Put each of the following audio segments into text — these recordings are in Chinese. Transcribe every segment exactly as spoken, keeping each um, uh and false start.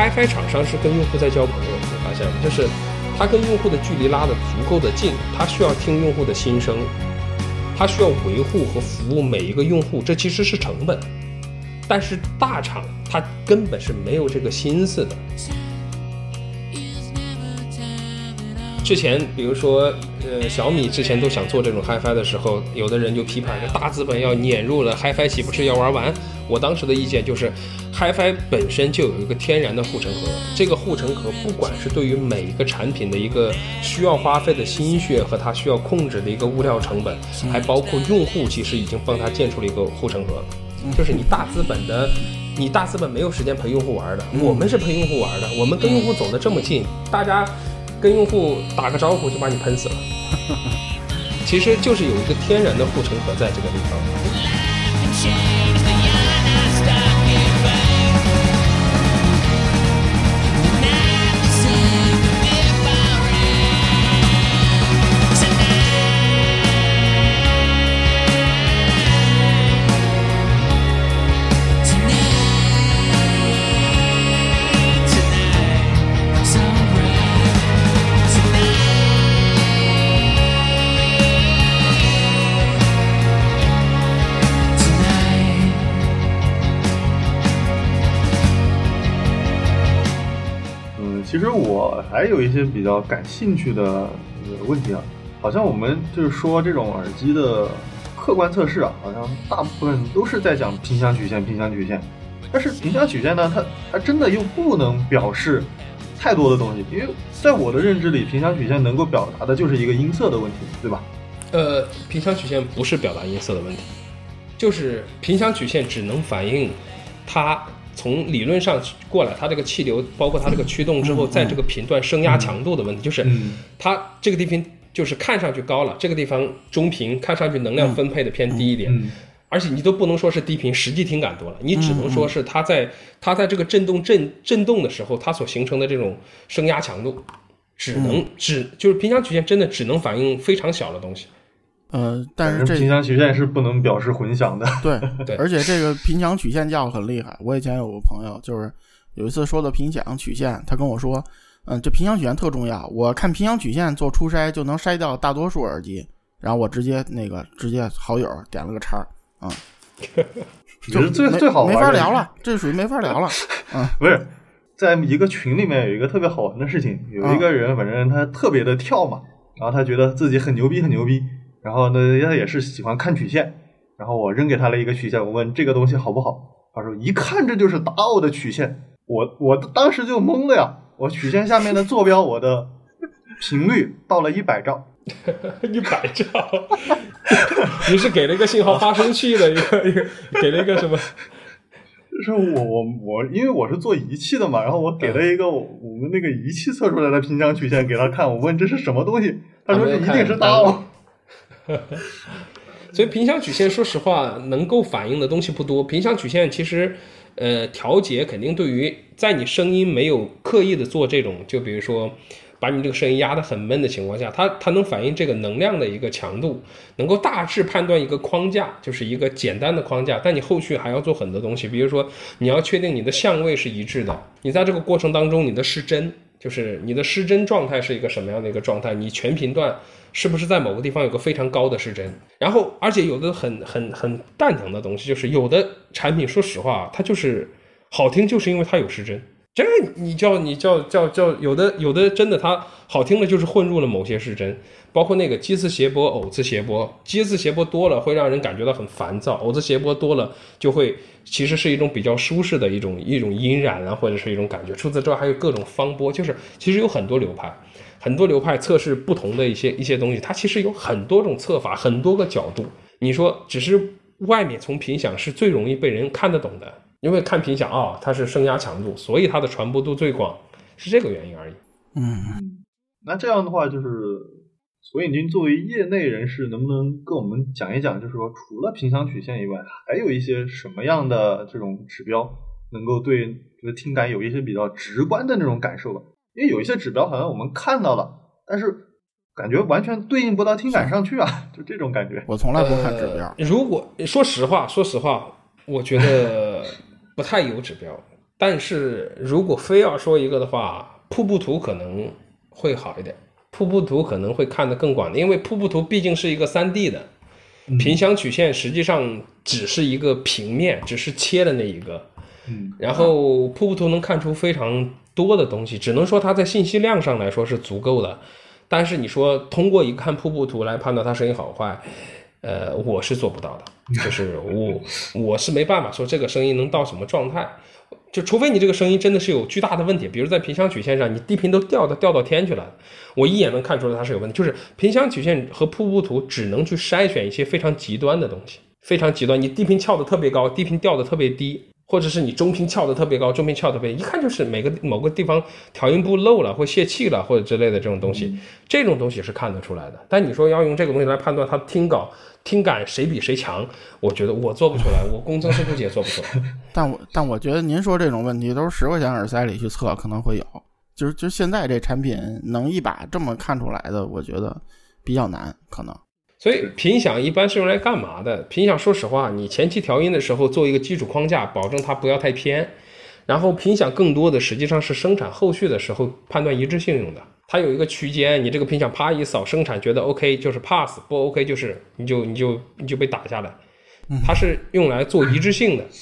Hi-Fi 厂商是跟用户在交朋友，你发现吗？就是他跟用户的距离拉得足够的近，他需要听用户的心声，他需要维护和服务每一个用户，这其实是成本。但是大厂他根本是没有这个心思的。之前比如说呃，小米之前都想做这种 Hi-Fi 的时候，有的人就批判这大资本要撵入了 Hi-Fi 岂不是要玩完？我当时的意见就是 Hi-Fi 本身就有一个天然的护城河，这个护城河不管是对于每一个产品的一个需要花费的心血和它需要控制的一个物料成本，还包括用户其实已经帮它建出了一个护城河。就是你大资本的你大资本没有时间陪用户玩的，我们是陪用户玩的，我们跟用户走得这么近，大家跟用户打个招呼就把你喷死了。其实就是有一个天然的护城河在这个地方。 其实我还有一些比较感兴趣的问题啊，好像我们就是说这种耳机的客观测试啊，好像大部分都是在讲频响曲线、频响曲线，但是频响曲线呢，它它真的又不能表示太多的东西，因为在我的认知里，频响曲线能够表达的就是一个音色的问题，对吧？ 呃，频响曲线不是表达音色的问题，就是频响曲线只能反映它从理论上过来，它这个气流包括它这个驱动之后，在这个频段升压强度的问题，就是它这个地方就是看上去高了，这个地方中频，看上去能量分配的偏低一点，而且你都不能说是低频，实际听感多了，你只能说是它在它在这个震动震震动的时候，它所形成的这种升压强度，只能只就是频响曲线真的只能反映非常小的东西。 呃，但是这频响曲线是不能表示混响的。 对对， 而且这个频响曲线架很厉害。我以前有个朋友，就是有一次说的频响曲线，他跟我说，嗯，这频响曲线特重要。我看频响曲线做初筛就能筛掉大多数耳机，然后我直接那个直接好友点了个叉啊，嗯， 就是最最好玩没法聊了，这属于没法聊了。嗯， 不是，在一个群里面有一个特别好玩的事情，有一个人反正他特别的跳嘛，然后他觉得自己很牛逼很牛逼。然后呢，他也是喜欢看曲线，然后我扔给他了一个曲线，我问这个东西好不好，他说一看这就是达奥的曲线，我我当时就懵了呀，我曲线下面的坐标，我的频率到了一百兆， 一百兆，你是给了一个信号发生器的一个一个，给了一个什么？ 就是我我我，因为我是做仪器的嘛，然后我给了一个我我们那个仪器测出来的频响曲线给他看，我问这是什么东西，他说这一定是达奥。 所以频响曲线说实话能够反映的东西不多，频响曲线其实呃调节肯定对于在你声音没有刻意的做这种，就比如说把你这个声音压得很闷的情况下，它它能反映这个能量的一个强度，能够大致判断一个框架，就是一个简单的框架，但你后续还要做很多东西，比如说你要确定你的相位是一致的，你在这个过程当中你的失真，就是你的失真状态是一个什么样的一个状态，你全频段是不是在某个地方有个非常高的失真，然后而且有的很很很蛋疼的东西，就是有的产品说实话它就是好听，就是因为它有失真，这你叫你叫叫叫有的有的真的它好听的就是混入了某些失真，包括那个基次谐波偶次谐波，基次谐波多了会让人感觉到很烦躁，偶次谐波多了就会其实是一种比较舒适的一种一种音染啊，或者是一种感觉。除此之外还有各种方波，就是其实有很多流派很多流派测试不同的一些一些东西，它其实有很多种测法，很多个角度。你说只是外面从频响是最容易被人看得懂的，因为看频响啊、哦，它是声压强度，所以它的传播度最广，是这个原因而已。 嗯， 那这样的话就是，所以您作为业内人士，能不能跟我们讲一讲，就是说除了频响曲线以外，还有一些什么样的这种指标能够对这个听感有一些比较直观的那种感受吧？因为有一些指标好像我们看到了，但是感觉完全对应不到听感上去啊，就这种感觉。 我从来不看指标。 呃、如果说实话，说实话，我觉得不太有指标。 但是如果非要说一个的话，瀑布图可能会好一点，瀑布图可能会看得更广，因为瀑布图毕竟是一个 三 D 的，屏乡曲线实际上只是一个平面，只是切的那一个，然后瀑布图能看出非常多的东西，只能说它在信息量上来说是足够的，但是你说通过一看瀑布图来判断它声音好坏，呃，我是做不到的，就是我我是没办法说这个声音能到什么状态，就除非你这个声音真的是有巨大的问题，比如在屏乡曲线上，你低频都掉到掉到天去了，我一眼能看出来它是有问题。就是屏乡曲线和瀑布图只能去筛选一些非常极端的东西，非常极端，你低频翘的特别高，低频掉的特别低，或者是你中频翘的特别高，中频翘的特别低，一看就是每个某个地方调音部漏了或泄气了或者之类的这种东西，嗯、这种东西是看得出来的。但你说要用这个东西来判断它听稿听感谁比谁强，我觉得我做不出来，我工程师估计也做不出来。 但我但我觉得您说这种问题都是十块钱耳塞里去测可能会有，就是就现在这产品能一把这么看出来的，我觉得比较难，可能。 所以频响一般是用来干嘛的？频响说实话，你前期调音的时候做一个基础框架，保证它不要太偏。然后频响更多的实际上是生产后续的时候判断一致性用的。它有一个区间，你这个频响啪一扫，生产觉得 OK 就是 pass， 不 OK 就是你就你就你就被打下来。它是用来做一致性的。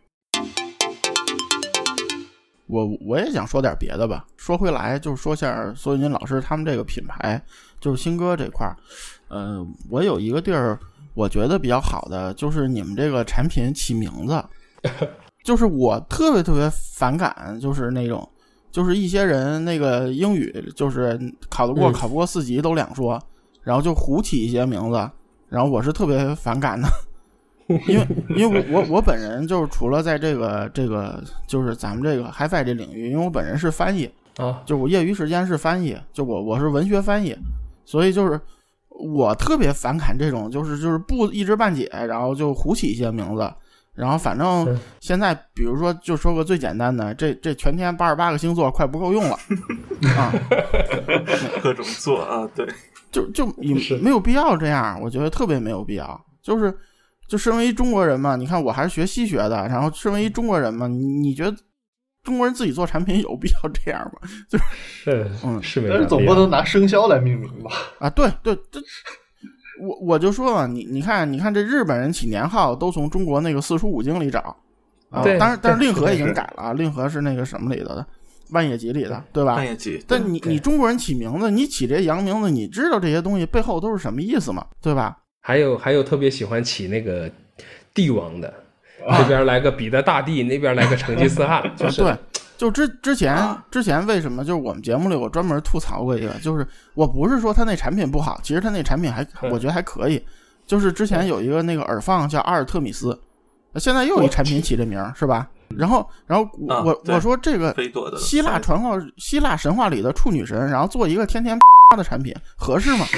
我我也想说点别的吧。说回来，就是说下索引老师他们这个品牌，就是新歌这块儿，呃，我有一个地儿我觉得比较好的，就是你们这个产品起名字，就是我特别特别反感，就是那种，就是一些人那个英语就是考得过考不过四级都两说，然后就胡起一些名字，然后我是特别反感的。因为因为我我我本人就是除了在这个这个就是咱们这个 Hi-Fi 这领域，因为我本人是翻译啊，就我业余时间是翻译，就我我是文学翻译，所以就是我特别反感这种就是就是不一知半解，然后就胡起一些名字，然后反正现在比如说就说个最简单的，这这全天八十八个星座快不够用了啊， 各种座啊，对， 就就没有必要这样，我觉得特别没有必要，就是。就身为中国人嘛，你看我还是学西学的，然后身为中国人嘛，你你觉得中国人自己做产品有必要这样吗？就是嗯是没， 但是总不能拿生肖来命名吧？ 啊，对对，这我我就说嘛，你你看你看这日本人起年号都从中国那个四书五经里找啊，当然但是令和已经改了啊，令和是那个什么里头的，万叶集里的，对吧？ 万叶集。 但你你中国人起名字，你起这些洋名字，你知道这些东西背后都是什么意思吗？对吧？ 还有还有特别喜欢起那个帝王的，这边来个彼得大帝，那边来个成吉思汗，就是、 对，就之之前之前为什么就是我们节目里我专门吐槽过一个，就是我不是说他那产品不好，其实他那产品还我觉得还可以，就是之前有一个那个耳放叫阿尔特米斯，现在又有一产品起这名是吧？然后然后我、啊、我说这个希腊传话希腊神话里的处女神，然后做一个天天的产品合适吗？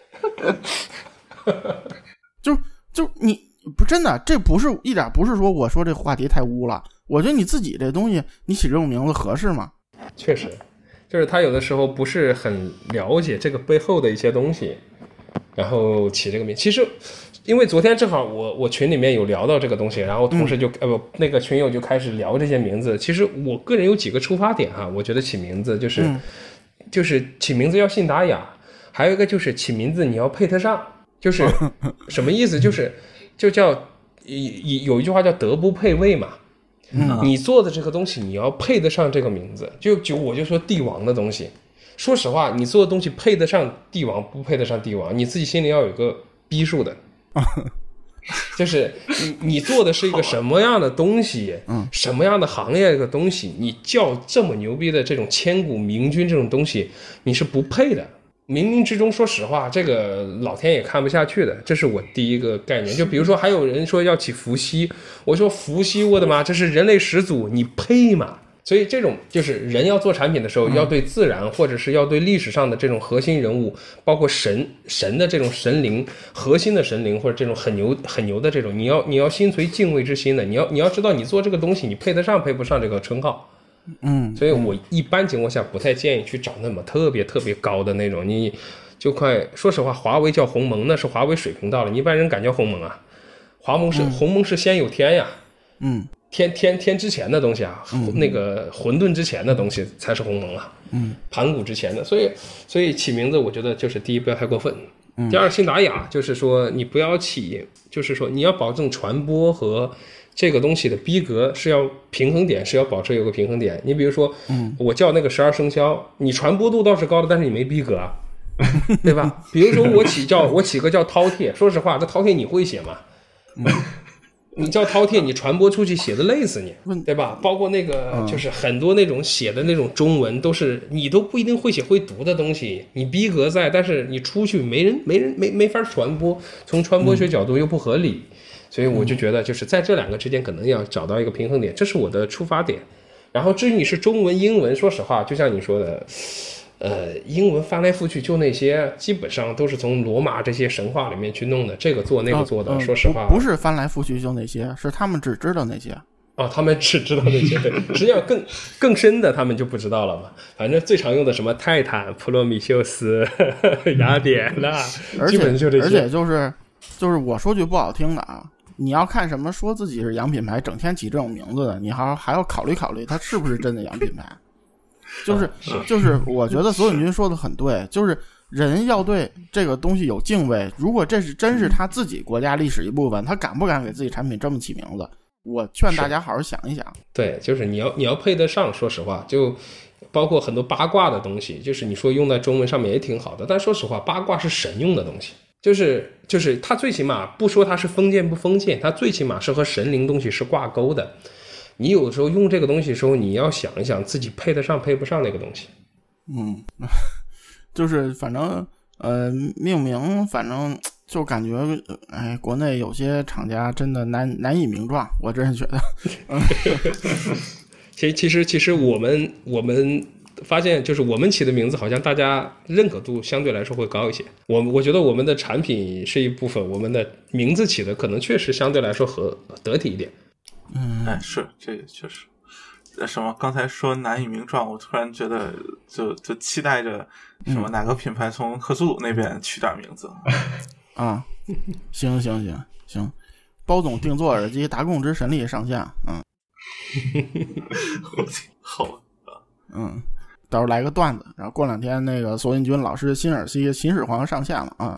就就你不真的，这不是一点不是说我说这话题太污了，我觉得你自己这东西你起这种名字合适吗？ 确实，就是他有的时候不是很了解这个背后的一些东西，然后起这个名。其实因为昨天正好我我群里面有聊到这个东西，然后同时就、嗯、呃不那个群友就开始聊这些名字。其实我个人有几个出发点哈，我觉得起名字就是、嗯、就是起名字要信达雅，还有一个就是起名字你要配得上。就是什么意思？就是就叫有一句话叫德不配位嘛。嗯，你做的这个东西你要配得上这个名字。就就我就说帝王的东西，说实话，你做的东西配得上帝王不配得上帝王，你自己心里要有个逼数的。就是你你做的是一个什么样的东西，嗯，什么样的行业的东西，你叫这么牛逼的这种千古明君这种东西，你是不配的。冥冥之中说实话，这个老天也看不下去的，这是我第一个概念。就比如说还有人说要起伏羲，我说伏羲我的妈，这是人类始祖，你配吗？所以这种就是人要做产品的时候，要对自然或者是要对历史上的这种核心人物，包括神神的这种神灵，核心的神灵或者这种很牛很牛的这种，你要你要心存敬畏之心的，你要你要知道你做这个东西你配得上配不上这个称号。 嗯， 所以我一般情况下不太建议去找那么特别特别高的那种，你就快说实话，华为叫鸿蒙那是华为水平到了，你一般人敢叫鸿蒙啊？华蒙是鸿蒙是先有天呀， 嗯， 天天天之前的东西啊，嗯、那个混沌之前的东西才是鸿蒙啊， 嗯， 盘古之前的，所以所以起名字，我觉得就是第一不要太过分，嗯、第二信达雅就是说你不要起，就是说你要保证传播和这个东西的逼格是要平衡点，是要保持有个平衡点。你比如说，嗯，我叫那个十二生肖，你传播度倒是高的，但是你没逼格啊，对吧？比如说我起叫我起个叫饕餮，说实话，这饕餮你会写吗？嗯你叫饕餮，你传播出去写的累死你，对吧？包括那个就是很多那种写的那种中文，都是你都不一定会写会读的东西，你逼格在，但是你出去没人没人没没法传播，从传播学角度又不合理，所以我就觉得就是在这两个之间可能要找到一个平衡点，这是我的出发点。然后至于你是中文英文，说实话，就像你说的。呃，英文翻来覆去就那些，基本上都是从罗马这些神话里面去弄的，这个做那个做的。 哦、 说实话不，不是翻来覆去就那些，是他们只知道那些。 哦，他们只知道那些，对，实际上更更深的他们就不知道了嘛。反正最常用的什么泰坦、普罗米修斯、雅典啦，基本就这些。 而且就是就是我说句不好听的啊，你要看什么说自己是洋品牌，整天起这种名字的，你还还要考虑考虑，它是不是真的洋品牌。就是就是我觉得索引君说的很对，就是人要对这个东西有敬畏，如果这是真是他自己国家历史一部分，他敢不敢给自己产品这么起名字？我劝大家好好想一想。 对，就是你要你要配得上，说实话，就包括很多八卦的东西，就是你说用在中文上面也挺好的，但说实话，八卦是神用的东西，就是就是它最起码不说它是封建不封建，它最起码是和神灵东西是挂钩的。你有时候用这个东西的时候，你要想一想自己配得上配不上那个东西。 嗯，就是反正呃命名，反正就感觉哎，国内有些厂家真的难难以名状，我真是觉得。 其实其实其实我们我们发现，就是我们起的名字好像大家认可度相对来说会高一些。我我觉得我们的产品是一部分，我们的名字起的可能确实相对来说和得体一点。 嗯， 哎，是这个确实。什么？刚才说难以名状，我突然觉得就就期待着什么哪个品牌从克苏鲁那边取点名字。 啊，行行行行，包总定做耳机，达贡之神力上线。嗯， 好， 嗯，到时候来个段子，然后过两天那个索引君老师新耳机秦始皇上线了啊。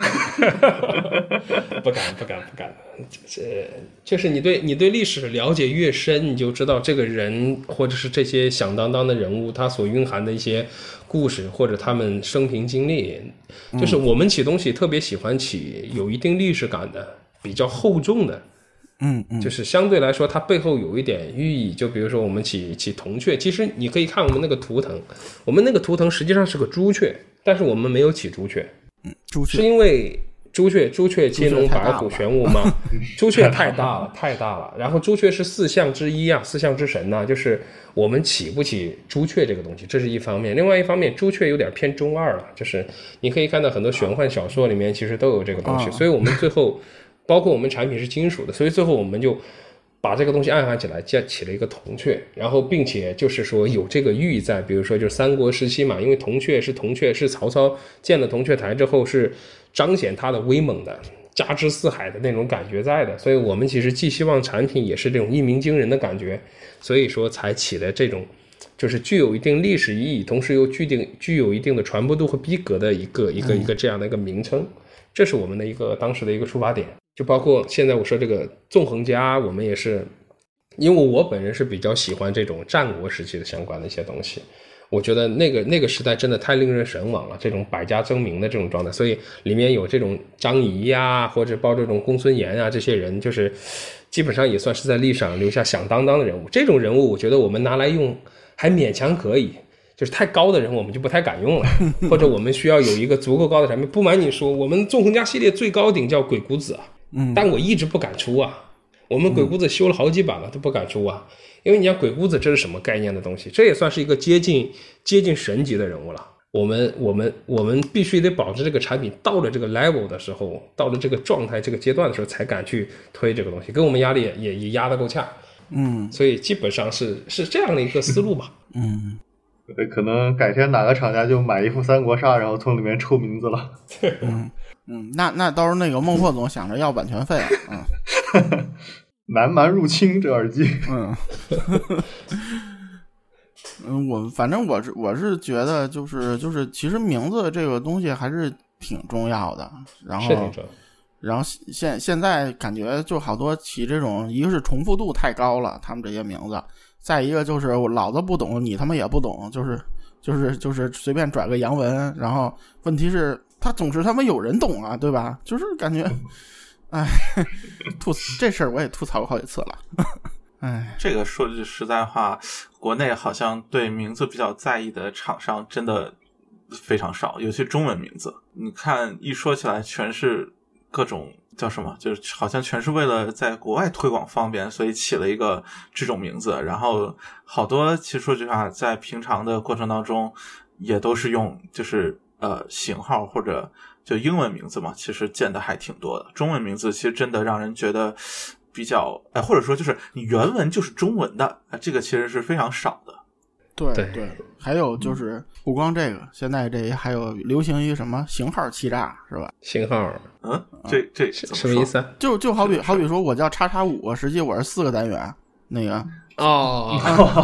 不敢不敢不敢，这就是你对你对历史了解越深，你就知道这个人或者是这些响当当的人物，他所蕴含的一些故事或者他们生平经历。就是我们起东西特别喜欢起有一定历史感的，比较厚重的。 嗯嗯， 就是相对来说它背后有一点寓意，就比如说我们起起铜雀，其实你可以看我们那个图腾，我们那个图腾实际上是个朱雀，但是我们没有起朱雀。 嗯，朱雀是因为朱雀朱雀金龙白虎玄武嘛，朱雀太大了太大了，然后朱雀是四象之一啊，四象之神呐、啊，就是我们起不起朱雀这个东西，这是一方面。另外一方面，朱雀有点偏中二了，就是你可以看到很多玄幻小说里面其实都有这个东西，所以我们最后包括我们产品是金属的，所以最后我们就把这个东西暗含起来，起了一个铜雀，然后并且就是说有这个寓意在，比如说就是三国时期嘛，因为铜雀是铜雀是曹操建了铜雀台之后是彰显他的威猛的，加之四海的那种感觉在的，所以我们其实既希望产品也是这种一鸣惊人的感觉，所以说才起了这种就是具有一定历史意义，同时又具定具有一定的传播度和逼格的一个一个一个这样的一个名称，这是我们的一个当时的一个出发点。就包括现在我说这个纵横家，我们也是，因为我本人是比较喜欢这种战国时期的相关的一些东西，我觉得那个那个时代真的太令人神往了，这种百家争鸣的这种状态，所以里面有这种张仪呀，或者包括这种公孙衍啊，这些人就是基本上也算是在历史上留下响当当的人物。这种人物我觉得我们拿来用还勉强可以，就是太高的人我们就不太敢用了，或者我们需要有一个足够高的产品。不瞒你说，我们纵横家系列最高顶叫鬼谷子啊，嗯，但我一直不敢出啊。我们鬼谷子修了好几版了，都不敢出啊，因为你讲鬼谷子这是什么概念的东西？这也算是一个接近接近神级的人物了。我们我们我们必须得保证这个产品到了这个 level 的时候，到了这个状态这个阶段的时候，才敢去推这个东西，跟我们压力也也也压得够呛。 嗯， 所以基本上是是这样的一个思路吧。 嗯。 可能改天哪个厂家就买一副三国杀，然后从里面抽名字了。 嗯嗯，那那到时候那个孟获总想着要版权费啊。嗯南蛮入侵这耳机。 嗯，嗯，我反正我是我是觉得就是就是其实名字这个东西还是挺重要的，然后然后现现在感觉就好多起这种，一个是重复度太高了，他们这些名字，再一个就是我老子不懂，你他妈也不懂，就是就是就是随便拽个洋文，然后问题是他总是他妈有人懂啊，对吧？就是感觉，哎，吐这事儿我也吐槽过好几次了。哎， 这个说句实在话，国内好像对名字比较在意的厂商真的非常少，尤其中文名字。你看一说起来全是各种叫什么，就是好像全是为了在国外推广方便，所以起了一个这种名字。然后好多其实说句话，在平常的过程当中也都是用就是呃型号或者就英文名字嘛，其实见的还挺多的。中文名字其实真的让人觉得比较哎，或者说就是你原文就是中文的，这个其实是非常少的。 对 对, 对，还有就是不光这个，现在这还有流行于什么型号欺诈，是吧？ 型号， 嗯，这这什么意思啊？ 就就好比好比说我叫叉叉五，实际我是四个单元，那个哦，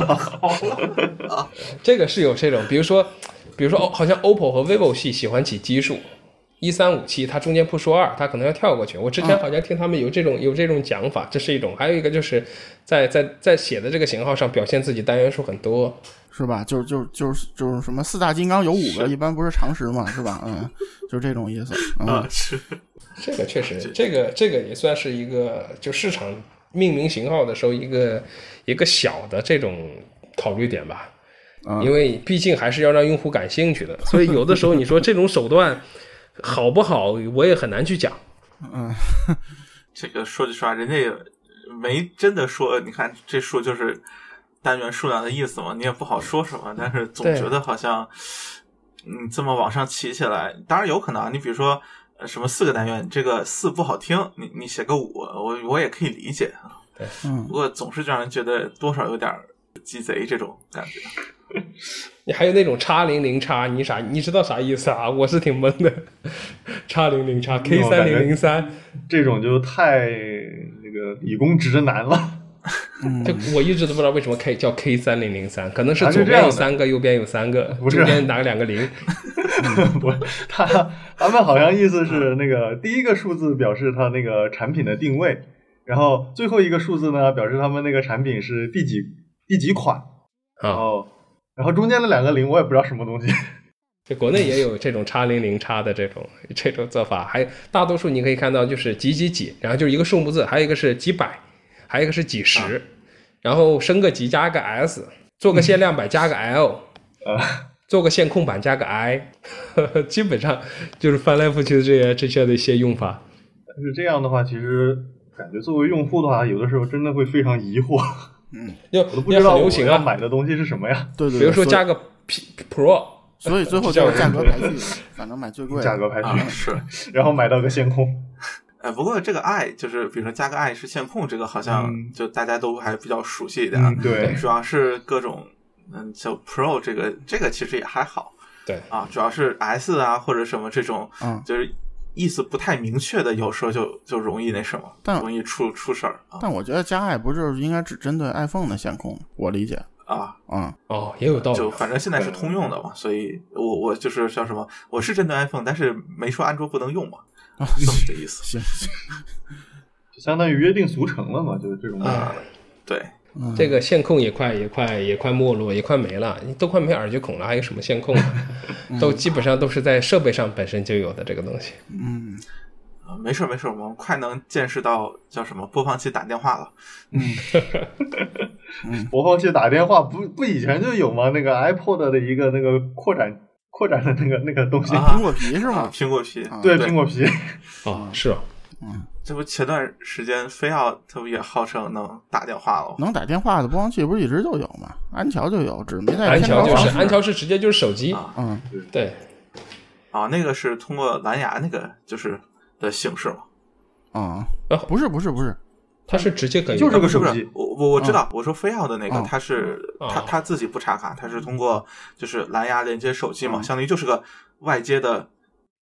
这个是有这种，比如说比如说好像 O P P O 和 vivo 系喜欢起基数。一三五七，它中间不说二，它可能要跳过去。我之前好像听他们有这种、嗯、有这种讲法，这是一种。还有一个就是在在在写的这个型号上表现自己单元数很多， 是吧？就是就是就是就是什么四大金刚有五个，一般不是常识嘛，是吧？嗯，就是这种意思。嗯， 啊、是这个确实，这个这个也算是一个就市场命名型号的时候一个一个小的这种考虑点吧。嗯、因为毕竟还是要让用户感兴趣的，所以有的时候你说这种手段好不好，我也很难去讲。 嗯， 这个说句实话，人家也没真的说，你看这数就是单元数量的意思嘛，你也不好说什么。但是总觉得好像，嗯，这么往上起起来，当然有可能。你比如说，什么四个单元，这个四不好听，你你写个五，我我也可以理解。 对， 嗯。 不过总是让人觉得多少有点鸡贼这种感觉。 你还有那种叉零零叉，你啥你知道啥意思啊？我是挺懵的。叉零零叉 K 三零零三这种就太那个理工直男了。 就我一直都不知道为什么 K 叫 K 三零零三，可能是左边有三个，右边有三个， 不是中间拿两个零。 不，他他们好像意思是那个第一个数字表示他那个产品的定位，然后最后一个数字呢表示他们那个产品是第几第几款，然后。然后中间的两个零我也不知道什么东西。 就国内也有这种叉零零叉的这种这种做法，还大多数你可以看到就是几几几，然后就是一个数目字，还有一个是几百，还有一个是几十，啊、然后升个级加个 S， 做个限量版加个 L，、啊、做个限控版加个 I， 基本上就是翻来覆去的这些这些的一些用法。 但是这样的话，其实感觉作为用户的话，有的时候真的会非常疑惑。 嗯， 我都不知道我要买的东西是什么呀？ 对对， 比如说加个 P Pro， 所以最后就是价格排序，反正买最贵的价格排序、 啊、是， 然后买到个限控。 哎，不过这个 I 就是比如说加个 I 是限控，这个好像就大家都还比较熟悉一点。 嗯、对， 主要是各种嗯，叫 Pro 这个这个其实也还好。 对啊，主要是 S 啊或者什么这种， 嗯， 就是意思不太明确的，有时候就就容易那什么， 但容易出出事儿、啊。 但我觉得加 I 不是应该只针对 iPhone 的限控，我理解啊， 嗯， 哦，也有道理。 就反正现在是通用的嘛，所以我我就是叫什么，我是针对 iPhone， 但是没说安卓不能用嘛， 啊， 这么个意思。 行， 就相当于约定俗成了嘛，就是这种感觉、 啊。对。 嗯、 这个线控也快也快也快没落，也快没了，都快没耳机孔了，还有什么线控、啊嗯、都基本上都是在设备上本身就有的这个东西。 嗯， 呃、没事没事，我们快能见识到叫什么播放器打电话了。 嗯嗯， 播放器打电话不不以前就有吗？那个 iPod 的一个那个扩展扩展的那个那个东西， 啊、苹果皮是吗？ 啊、苹果皮， 啊、 对，苹果皮。 哦，是啊。 嗯， 这不前段时间飞奥它不也号称能打电话了？ 能打电话的播放器不是一直就有吗？安乔就有，只是没在安乔就是安乔是直接就是手机， 啊、 嗯， 对。 啊，那个是通过蓝牙那个就是的形式嘛？ 啊、嗯，不是不是不是， 它是直接可以， 就是个手机。 不是我我我知道， 嗯、 我说飞奥的那个，它是它它自己不插卡，它是通过就是蓝牙连接手机嘛， 嗯、 相当于就是个外接的。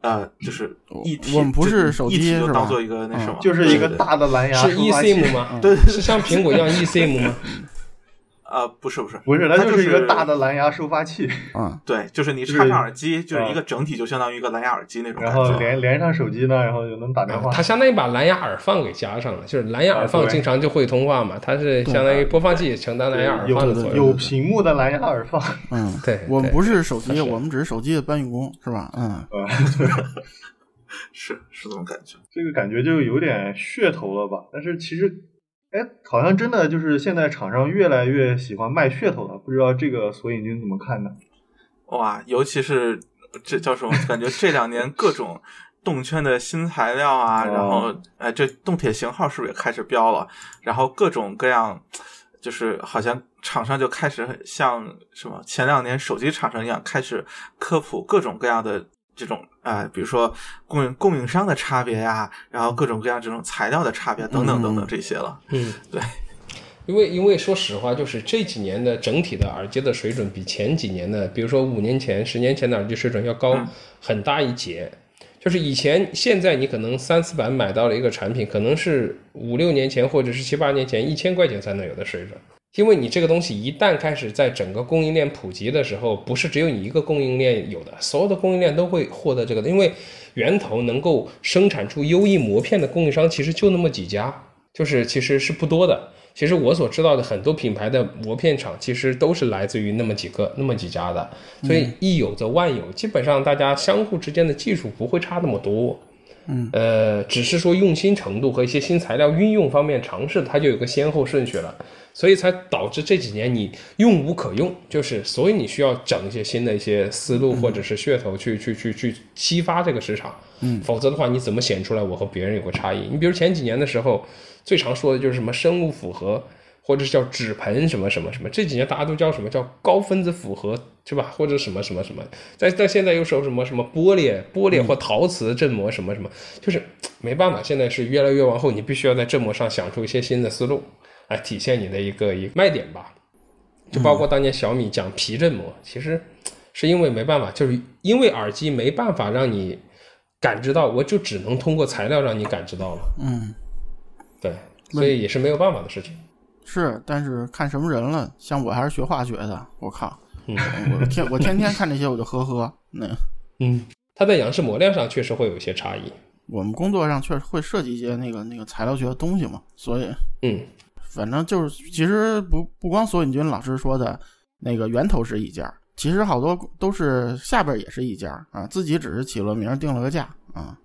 呃，就是一体， 我们不是手机一体是吧？ 就当做一个那什么， 嗯、就是一个大的蓝牙是 eSIM 吗？ 对， 是像苹果一样 eSIM 吗？ 呃，不是不是不是，它就是一个大的蓝牙收发器。 嗯， 对，就是你插上耳机，就是一个整体，就相当于一个蓝牙耳机那种感觉。 然后连连上手机呢，然后就能打电话。 它相当于把蓝牙耳放给加上了，就是蓝牙耳放经常就会通话嘛，它是相当于播放器承担蓝牙耳放的作用。 有屏幕的蓝牙耳放。 嗯， 对， 我们不是手机，我们只是手机的搬运工，是吧？嗯， 对， 是是这种感觉。 这个感觉就有点噱头了吧？但是其实。哎，好像真的就是现在厂商越来越喜欢卖噱头了，不知道这个索引君怎么看呢？ 哇，尤其是这叫什么？感觉这两年各种动圈的新材料啊，然后哎，这动铁型号是不是也开始标了？然后各种各样，就是好像厂商就开始像什么前两年手机厂商一样，开始科普各种各样的。这种啊、呃，比如说供应供应商的差别呀、啊，然后各种各样这种材料的差别等等等等这些了。 嗯， 对， 因为因为说实话，就是这几年的整体的耳机的水准比前几年的，比如说五年前、十年前的耳机水准要高很大一截。嗯、就是以前现在你可能三四百买到了一个产品，可能是五六年前或者是七八年前一千块钱才能有的水准。因为你这个东西一旦开始在整个供应链普及的时候，不是只有你一个供应链有的，所有的供应链都会获得这个的。因为源头能够生产出优异膜片的供应商其实就那么几家，就是其实是不多的。其实我所知道的很多品牌的膜片厂其实都是来自于那么几个那么几家的，所以一有则万有，基本上大家相互之间的技术不会差那么多。 嗯， 呃，只是说用心程度和一些新材料运用方面尝试，它就有个先后顺序了，所以才导致这几年你用无可用，就是所以你需要整一些新的一些思路或者是噱头去、嗯、去去去激发这个市场， 嗯， 否则的话你怎么显出来我和别人有个差异？你比如前几年的时候，最常说的就是什么生物复合。或者是叫纸盆什么什么什么，这几年大家都叫什么叫高分子复合，是吧？或者什么什么什么，在在现在又说什么什么玻璃玻璃或陶瓷振膜什么什么，就是没办法，现在是越来越往后，你必须要在振膜上想出一些新的思路来体现你的一个一个卖点吧。就包括当年小米讲皮振膜，其实是因为没办法，就是因为耳机没办法让你感知到，我就只能通过材料让你感知到了。 嗯， 对，所以也是没有办法的事情。 是，但是看什么人了，像我还是学化学的，我靠，嗯，我天，我天天看这些我就呵呵，那， 嗯，它在样式模量上确实会有一些差异。 我们工作上确实会涉及一些那个那个材料学的东西嘛，所以， 嗯， 反正就是，其实不不光索引君老师说的那个源头是一家，其实好多都是下边也是一家啊，自己只是起了名定了个价啊。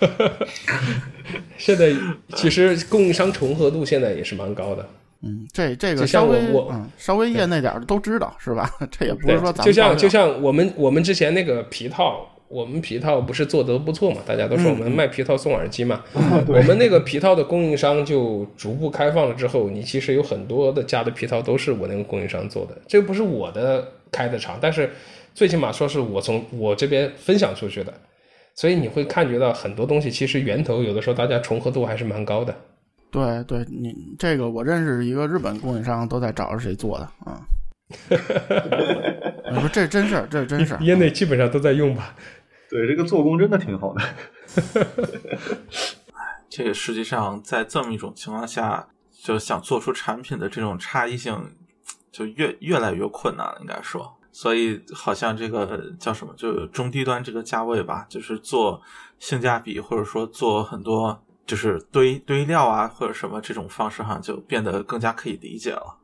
现在其实供应商重合度现在也是蛮高的。 嗯，这这个稍微我嗯稍微业内点都知道是吧？这也不是说咱们就像就像我们我们之前那个皮套，我们皮套不是做得不错嘛？大家都说我们卖皮套送耳机嘛。嗯、我们那个皮套的供应商就逐步开放了之后，你其实有很多的家的皮套都是我那个供应商做的，这不是我的开的厂，但是最起码说是我从我这边分享出去的，所以你会感觉到很多东西其实源头有的时候大家重合度还是蛮高的。 对对，你这个我认识一个日本供应商，都在找着谁做的啊。你说这真事儿，这真事儿， 业内基本上都在用吧。 对，这个做工真的挺好的。 这个实际上在这么一种情况下，就想做出产品的这种差异性，就越越来越困难了，应该说。所以好像这个叫什么，就中低端这个价位吧，就是做性价比，或者说做很多。就是堆堆料啊或者什么这种方式哈，就变得更加可以理解了。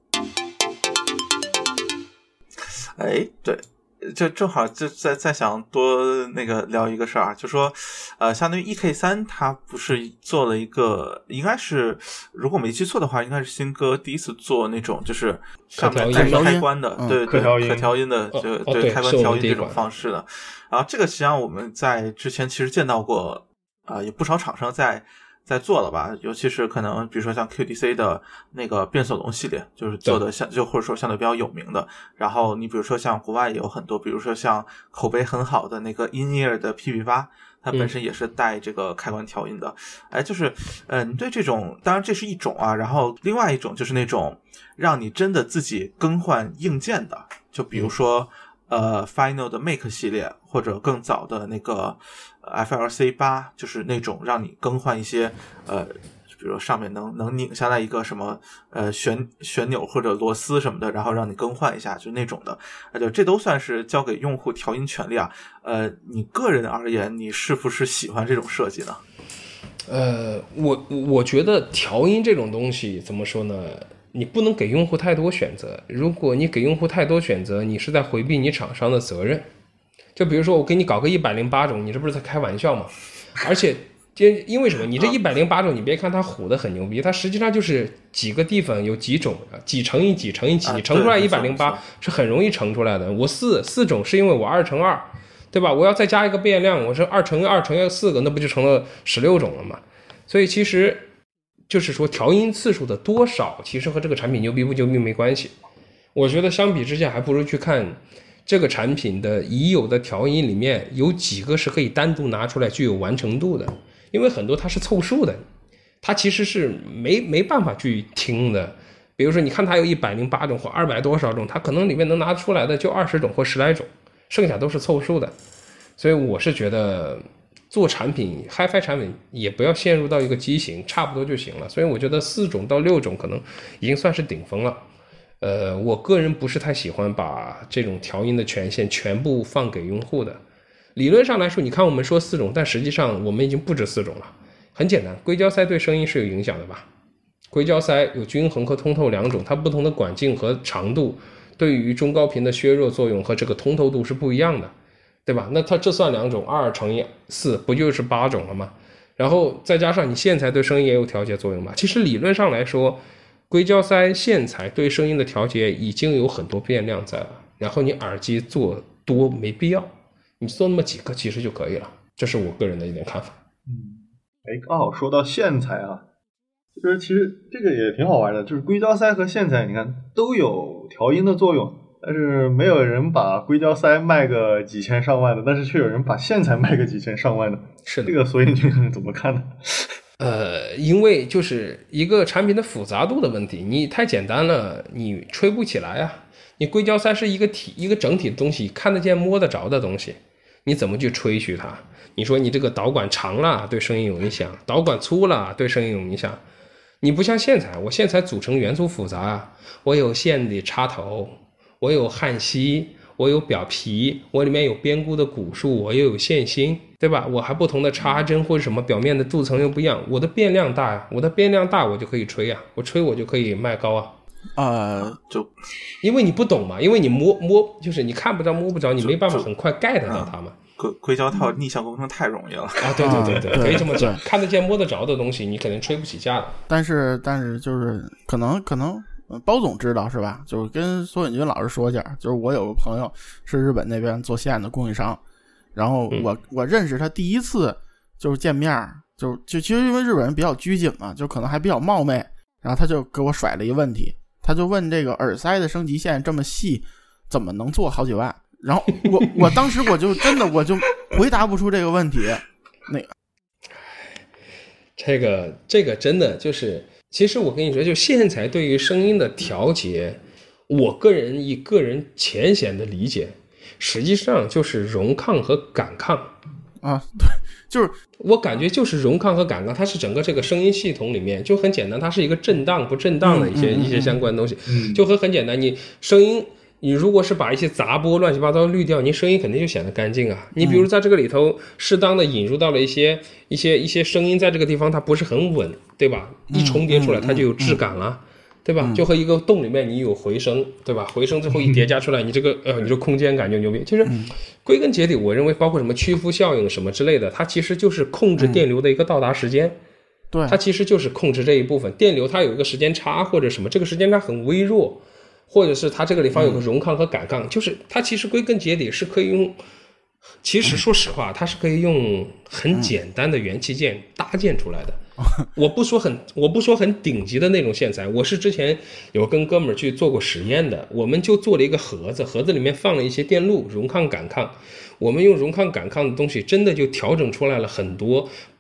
哎，对，就正好就再再想多那个聊一个事儿啊，就说呃，相当于 E K 三 它不是做了一个，应该是如果没记错的话，应该是新歌第一次做那种就是上面带开关的，对对对，可调音的，就哦、 对开关调音这种哦、 方式的。然后这个实际上我们在之前其实见到过。啊、呃，有不少厂商在在做了吧，尤其是可能比如说像 Q D C 的那个变索龙系列，就是做的像就或者说相对比较有名的。然后你比如说像国外也有很多，比如说像口碑很好的那个 In-Ear 的 P P 八， 它本身也是带这个开关调音的。嗯、哎，就是呃，你对这种，当然这是一种啊，然后另外一种就是那种让你真的自己更换硬件的，就比如说。 呃 Final 的 Make 系列，或者更早的那个 F L C 八，就是那种让你更换一些呃比如上面能能拧下来一个什么呃旋旋钮或者螺丝什么的，然后让你更换一下，就那种的，呃，就这都算是交给用户调音权利啊。呃，你个人而言，你是不是喜欢这种设计呢？ 呃，我我觉得调音这种东西怎么说呢？你不能给用户太多选择。如果你给用户太多选择，你是在回避你厂商的责任。就比如说我给你搞个一百零八种，你这不是在开玩笑吗？而且因为什么？你这一百零八种，你别看它唬得很牛逼，它实际上就是几个地方有几种，几乘以几乘以几，你乘出来一百零八是很容易乘出来的。我四四种是因为我二乘二，对吧？我要再加一个变量，我是二乘以二乘以四个，那不就成了十六种了吗？所以其实就是说调音次数的多少，其实和这个产品牛逼不牛逼没关系。我觉得相比之下，还不如去看这个产品的已有的调音里面有几个是可以单独拿出来具有完成度的。因为很多它是凑数的，它其实是没没办法去听的。比如说你看它有一百零八种或二百多少种，它可能里面能拿出来的就二十种或十来种，剩下都是凑数的。所以我是觉得做产品 Hi-Fi 产品也不要陷入到一个畸形，差不多就行了。所以我觉得四种到六种可能已经算是顶峰了。呃，我个人不是太喜欢把这种调音的权限全部放给用户的。理论上来说，你看我们说四种，但实际上我们已经不止四种了。很简单，硅胶塞对声音是有影响的吧？硅胶塞有均衡和通透两种，它不同的管径和长度对于中高频的削弱作用和这个通透度是不一样的，对吧？那它这算两种，二乘以四不就是八种了吗？然后再加上你线材对声音也有调节作用嘛。其实理论上来说，硅胶塞线材对声音的调节已经有很多变量在了，然后你耳机做多没必要。你做那么几个其实就可以了，这是我个人的一点看法。 嗯，哎，刚好说到线材啊，就是其实这个也挺好玩的，就是硅胶塞和线材，你看都有调音的作用，但是没有人把硅胶塞卖个几千上万的，但是却有人把线材卖个几千上万的。 是的， 这个所以你是怎么看呢？ 呃，因为就是一个产品的复杂度的问题，你太简单了，你吹不起来啊。你硅胶塞是一个体一个整体的东西，看得见摸得着的东西，你怎么去吹嘘它？你说你这个导管长了对声音有影响，导管粗了对声音有影响。你不像线材，我线材组成元素复杂啊，我有线的插头，我有焊锡，我有表皮，我里面有边固的骨束，我又有线芯，对吧？我还不同的插针或者什么，表面的镀层又不一样，我的变量大呀，我的变量大我就可以吹啊，我吹我就可以卖高啊。 呃， 就因为你不懂嘛，因为你摸摸就是你看不着摸不着，你没办法很快 get 到它嘛。 硅硅胶套逆向工程太容易了啊！对对对对， 啊、 可以这么讲，看得见摸得着的东西，你肯定吹不起价的。 但是但是就是可能可能包总知道是吧？就是跟索远军老师说一下，就是我有个朋友是日本那边做线的供应商，然后我、嗯、我认识他第一次就是见面，就就其实因为日本人比较拘谨嘛，就可能还比较冒昧，然后他就给我甩了一个问题。他就问这个耳塞的升级线这么细怎么能做好几万，然后我我当时我就真的我就回答不出这个问题。那个这个这个真的就是其实我跟你说，就线材对于声音的调节，我个人以个人浅显的理解，实际上就是容抗和感抗啊，对，就是我感觉就是容抗和感抗，它是整个这个声音系统里面就很简单，它是一个震荡不震荡的一些、嗯、一些相关的东西， 嗯、 就和很简单，你声音你如果是把一些杂波乱七八糟滤掉，你声音肯定就显得干净啊。你比如在这个里头适当的引入到了一些一些一些声音，在这个地方它不是很稳，对吧？一重叠出来它就有质感了。对吧？就和一个洞里面你有回声，对吧？回声最后一叠加出来，你这个呃，你这空间感就牛逼。其实归根结底，我认为包括什么屈服效应什么之类的，它其实就是控制电流的一个到达时间。 对， 它其实就是控制这一部分电流，它有一个时间差或者什么，这个时间差很微弱，或者是它这个地方有个容抗和感抗，就是它其实归根结底是可以用。其实说实话，它是可以用很简单的元器件搭建出来的。我不说很，我不说很顶级的那种线材，我是之前有跟哥们儿去做过实验的，我们就做了一个盒子，盒子里面放了一些电路，容抗感抗，我们用容抗感抗的东西，真的就调整出来了很多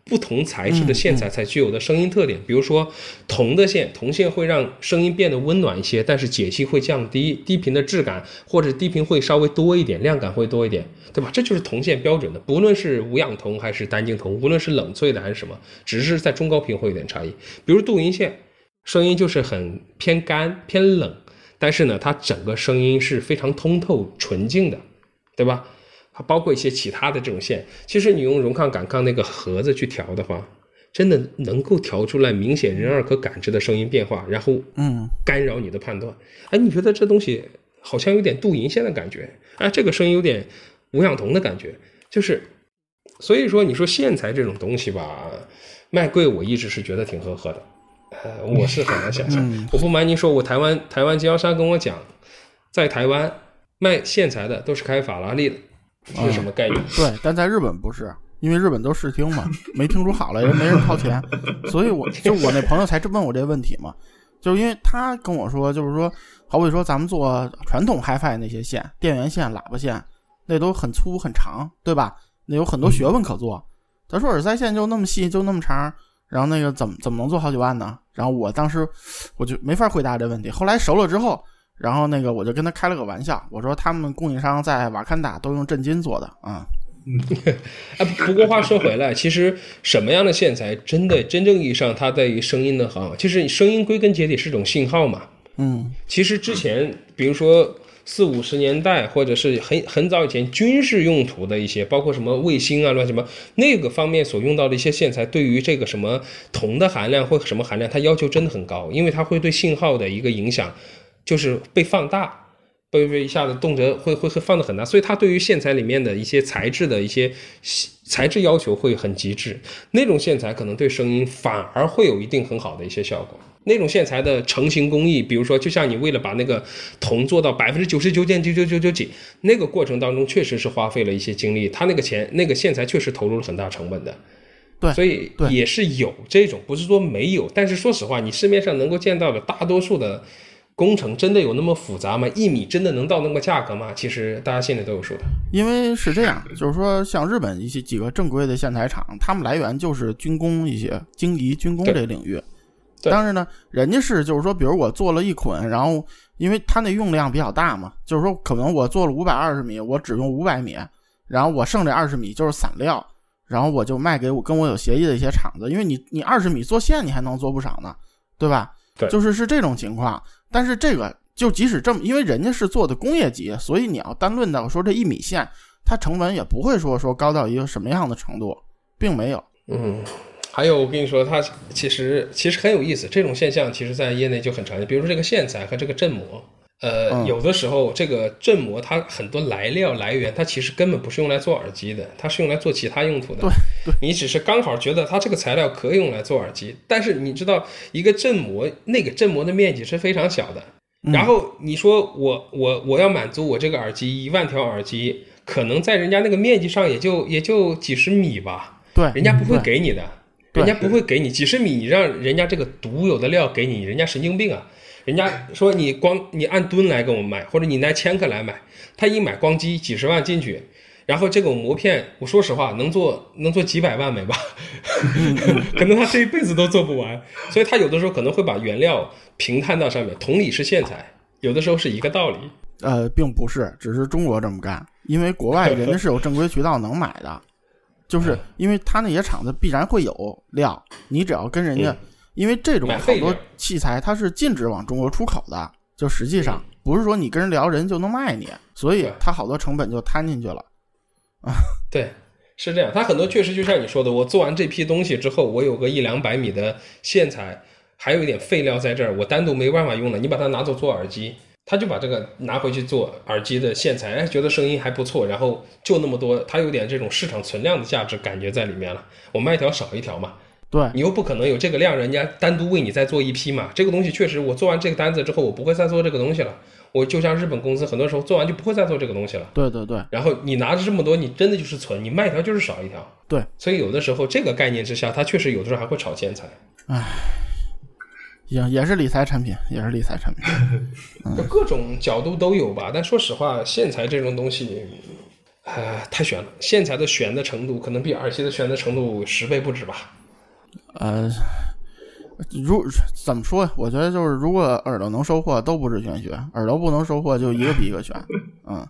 不同材质的线材才具有的声音特点。比如说铜的线，铜线会让声音变得温暖一些，但是解析会降低，低频的质感或者低频会稍微多一点，亮感会多一点，对吧？这就是铜线标准的，不论是无氧铜还是单晶铜，无论是冷萃的还是什么，只是在中高频会有点差异。比如镀银线，声音就是很偏干偏冷，但是呢它整个声音是非常通透纯净的，对吧？包括一些其他的这种线，其实你用容抗感抗那个盒子去调的话，真的能够调出来明显人耳可感知的声音变化，然后嗯干扰你的判断。哎，你觉得这东西好像有点镀银线的感觉，哎，这个声音有点无氧铜的感觉，就是所以说你说线材这种东西吧，卖贵我一直是觉得挺呵呵的，呃，我是很难想象。嗯、我不瞒您说，我台湾台湾经销商跟我讲，在台湾卖线材的都是开法拉利的。是什么概念、嗯？ 对，但在日本不是，因为日本都试听嘛，没听出好来，人没人掏钱，所以我就我那朋友才问我这个问题嘛，就是因为他跟我说，就是说，好比说咱们做传统 Hi-Fi 那些线，电源线、喇叭线，那都很粗很长，对吧？那有很多学问可做。他说耳塞线就那么细，就那么长，然后那个怎么怎么能做好几万呢？然后我当时我就没法回答这问题。后来熟了之后。然后那个我就跟他开了个玩笑，我说他们供应商在瓦坎达都用震金做的啊。 嗯，啊，不过话说回来，其实什么样的线材真的真正意义上它对于声音的好，其实声音归根结底是种信号嘛。 嗯， 其实之前比如说四五十年代或者是很很早以前军事用途的一些，包括什么卫星啊乱什么那个方面所用到的一些线材，对于这个什么铜的含量或什么含量，它要求真的很高，因为它会对信号的一个影响。就是被放大，被被一下子动辄会会会放得很大，所以它对于线材里面的一些材质的一些材质要求会很极致。那种线材可能对声音反而会有一定很好的一些效果。那种线材的成型工艺，比如说，就像你为了把那个铜做到百分之九十九点九九九九几，那个过程当中确实是花费了一些精力，它那个钱那个线材确实投入了很大成本的。 对， 所以也是有这种，不是说没有，但是说实话，你市面上能够见到的大多数的。工程真的有那么复杂吗？一米真的能到那个价格吗？其实大家心里都有数的。 因为是这样，就是说像日本一些几个正规的线材厂，他们来源就是军工一些经仪军工这领域。当然呢，人家是就是说，比如我做了一捆，然后因为它那用量比较大嘛，就是说可能我做了五百二十米，我只用五百米，然后我剩这二十米就是散料，然后我就卖给我跟我有协议的一些厂子，因为你你二十米做线你还能做不少呢，对吧？ 对， 就是是这种情况。但是这个就即使这么，因为人家是做的工业级，所以你要单论到说这一米线，它成本也不会说说高到一个什么样的程度，并没有。 嗯，还有我跟你说，它其实其实很有意思，这种现象其实在业内就很常见。比如说这个线材和这个振膜，呃、嗯，有的时候这个振膜它很多来料来源，它其实根本不是用来做耳机的，它是用来做其他用途的。 对对， 你只是刚好觉得它这个材料可以用来做耳机，但是你知道一个振膜，那个振膜的面积是非常小的。 嗯、 然后你说我我我要满足我这个耳机一万条耳机，可能在人家那个面积上也就也就几十米吧。 对， 人家不会给你的，人家不会给你几十米，你让人家这个独有的料给你，人家神经病啊！人家说你光你按吨来跟我买，或者你拿千克来买，他一买光机几十万进去，然后这种膜片，我说实话能做能做几百万枚吧，可能他这一辈子都做不完，所以他有的时候可能会把原料平摊到上面。同理是线材，有的时候是一个道理。 呃，并不是，只是中国这么干，因为国外人家是有正规渠道能买的，就是因为他那些厂子必然会有料，你只要跟人家。嗯，因为这种好多器材它是禁止往中国出口的，就实际上不是说你跟人聊人就能卖你，所以它好多成本就摊进去了。 对，是这样。它很多确实就像你说的，我做完这批东西之后，我有个一两百米的线材，还有一点废料在这儿，我单独没办法用了，你把它拿走做耳机，他就把这个拿回去做耳机的线材，哎，觉得声音还不错，然后就那么多，它有点这种市场存量的价值感觉在里面了，我卖一条少一条嘛。 对， 你又不可能有这个量，人家单独为你再做一批嘛。这个东西确实，我做完这个单子之后，我不会再做这个东西了。我就像日本公司，很多时候做完就不会再做这个东西了。 对对对。 然后你拿着这么多，你真的就是存，你卖一条就是少一条。 对。 所以有的时候这个概念之下，它确实有的时候还会炒线材。 唉，也也是理财产品，也是理财产品。 嗯、各种角度都有吧。但说实话，线材这种东西， 呃，太悬了，线材的悬的程度可能比耳机的悬的程度十倍不止吧。 呃，如怎么说？我觉得就是，如果耳朵能收获，都不是玄学；耳朵不能收获，就一个比一个悬。嗯。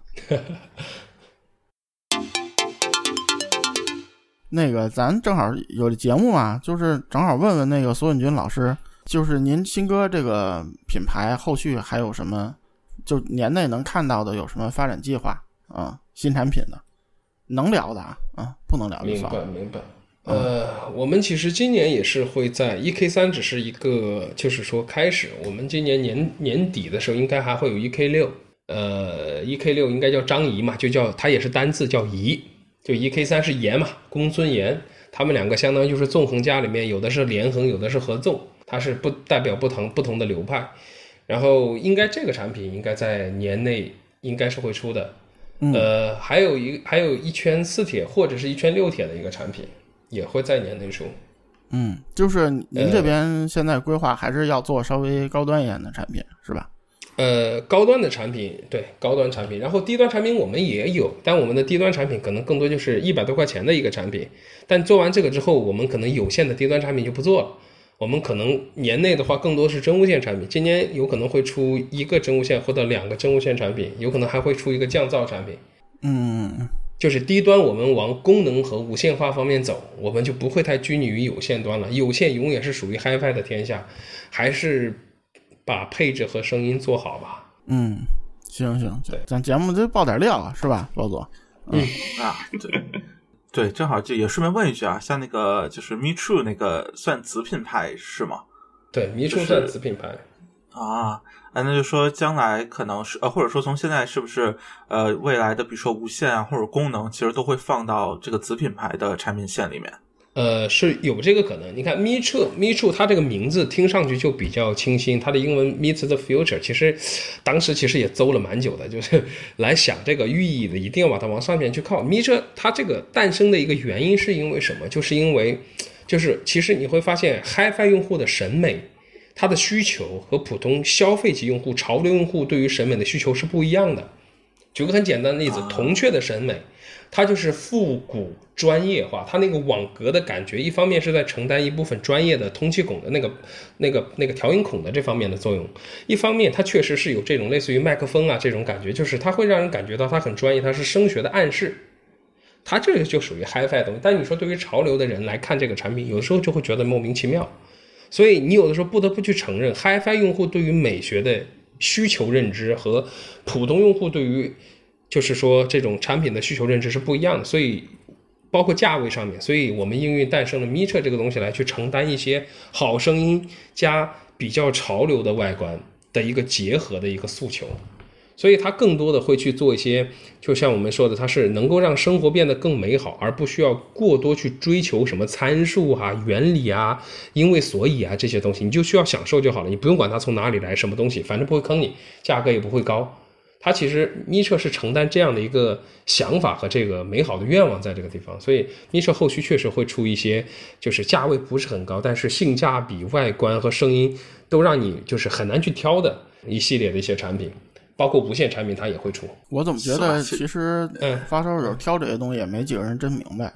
那个，咱正好有节目嘛，就是正好问问那个索引军老师，就是您新歌这个品牌后续还有什么，就年内能看到的有什么发展计划啊、嗯？新产品的能聊的啊，啊、嗯，不能聊就算了。 明白明白。呃，我们其实今年也是会在 E K 三只是一个，就是说开始，我们今年年年底的时候应该还会有 E K 六，呃 E K 六应该叫张仪嘛，就叫它也是单字叫仪。就 E K 三是盐嘛，公孙盐，他们两个相当于就是纵横家里面有的是连横，有的是合纵，它是不代表不同不同的流派。然后应该这个产品应该在年内应该是会出的。 嗯、 呃，还有一还有一圈四铁或者是一圈六铁的一个产品也会在年内出。 嗯，就是您这边现在规划还是要做稍微高端一点的产品，是吧？ 呃，高端的产品，对，高端产品，然后低端产品我们也有，但我们的低端产品可能更多就是一百多块钱的一个产品，但做完这个之后，我们可能有限的低端产品就不做了，我们可能年内的话更多是真无线产品，今年有可能会出一个真无线或者两个真无线产品，有可能还会出一个降噪产品。 嗯， 就是低端我们往功能和无线化方面走，我们就不会太拘泥于有线端了，有线永远是属于 Hi-Fi 的天下，还是把配置和声音做好吧。 嗯，行行行，咱节目就爆点料啊，是吧，老左？ 嗯啊，对对，正好就也顺便问一句啊，像那个就是 Me True 那个算子品牌是吗？ 对 Me True 算子品牌。 啊，那就说将来可能是呃，或者说从现在是不是呃，未来的比如说无线啊或者功能，其实都会放到这个子品牌的产品线里面。 呃，是有这个可能。你看 Me True Me True 它这个名字听上去就比较清新，它的英文 Meet the Future， 其实当时其实也邹了蛮久的，就是来想这个寓意的，一定要把它往上面去靠。Me True 它这个诞生的一个原因是因为什么？就是因为就是其实你会发现 Hi-Fi 用户的审美，它的需求和普通消费级用户、潮流用户对于审美的需求是不一样的。举个很简单的例子，铜雀的审美，它就是复古专业化，它那个网格的感觉，一方面是在承担一部分专业的通气孔的那个、那个、那个调音孔的这方面的作用，一方面它确实是有这种类似于麦克风啊这种感觉，就是它会让人感觉到它很专业，它是声学的暗示。它这个就属于 Hi-Fi 的东西，但你说对于潮流的人来看这个产品，有的时候就会觉得莫名其妙。所以你有的时候不得不去承认 Hi-Fi 用户对于美学的需求认知和普通用户对于就是说这种产品的需求认知是不一样的，所以包括价位上面，所以我们应运诞生了 Me True 这个东西来去承担一些好声音加比较潮流的外观的一个结合的一个诉求。所以它更多的会去做一些，就像我们说的，它是能够让生活变得更美好，而不需要过多去追求什么参数啊、原理啊、因为所以啊这些东西，你就需要享受就好了，你不用管它从哪里来，什么东西，反正不会坑你，价格也不会高。它其实 Me True 是承担这样的一个想法和这个美好的愿望在这个地方，所以 Me True 后续确实会出一些，就是价位不是很高，但是性价比、外观和声音都让你就是很难去挑的一系列的一些产品。包括无线产品它也会出。 我怎么觉得其实发烧友挑这些东西也没几个人真明白。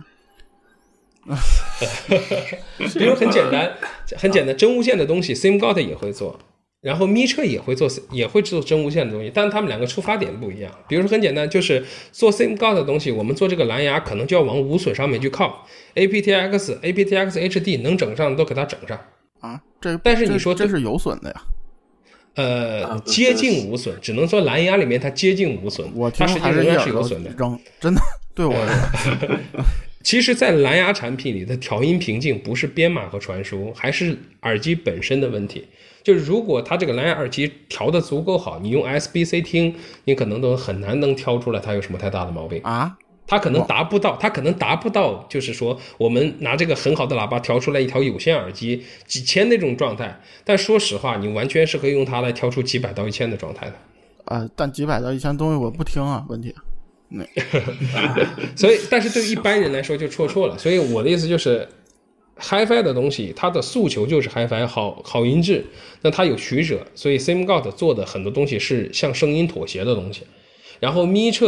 比如很简单很简单真无线的东西 SIMGOT 也会做，然后 Me True 也会做也会做真无线的东西，但他们两个出发点不一样。比如说很简单，就是做 SIMGOT 的东西，我们做这个蓝牙可能就要往无损上面去靠， A P T X、A P T X H D 能整上都给它整上啊。这但是你说这是有损的呀？ 呃，接近无损，只能说蓝牙里面它接近无损， 我听它实际仍然是有损的。 扔真的对我其实在蓝牙产品里的调音瓶颈不是编码和传输，还是耳机本身的问题。就是如果它这个蓝牙耳机调的足够好，你用 S B C 听，你可能都很难能挑出来它有什么太大的毛病啊。 它可能达不到，它可能达不到，就是说我们拿这个很好的喇叭调出来一条有线耳机几千那种状态，但说实话，你完全是可以用它来调出几百到一千的状态的。 啊、呃，但几百到一千东西我不听啊，问题。嗯、 所以，但是对于一般人来说就错错了。所以我的意思就是 ，Hi-Fi 的东西，它的诉求就是 Hi-Fi 好好音质，那它有取舍，所以 SIMGOT 做的很多东西是向声音妥协的东西，然后 Me True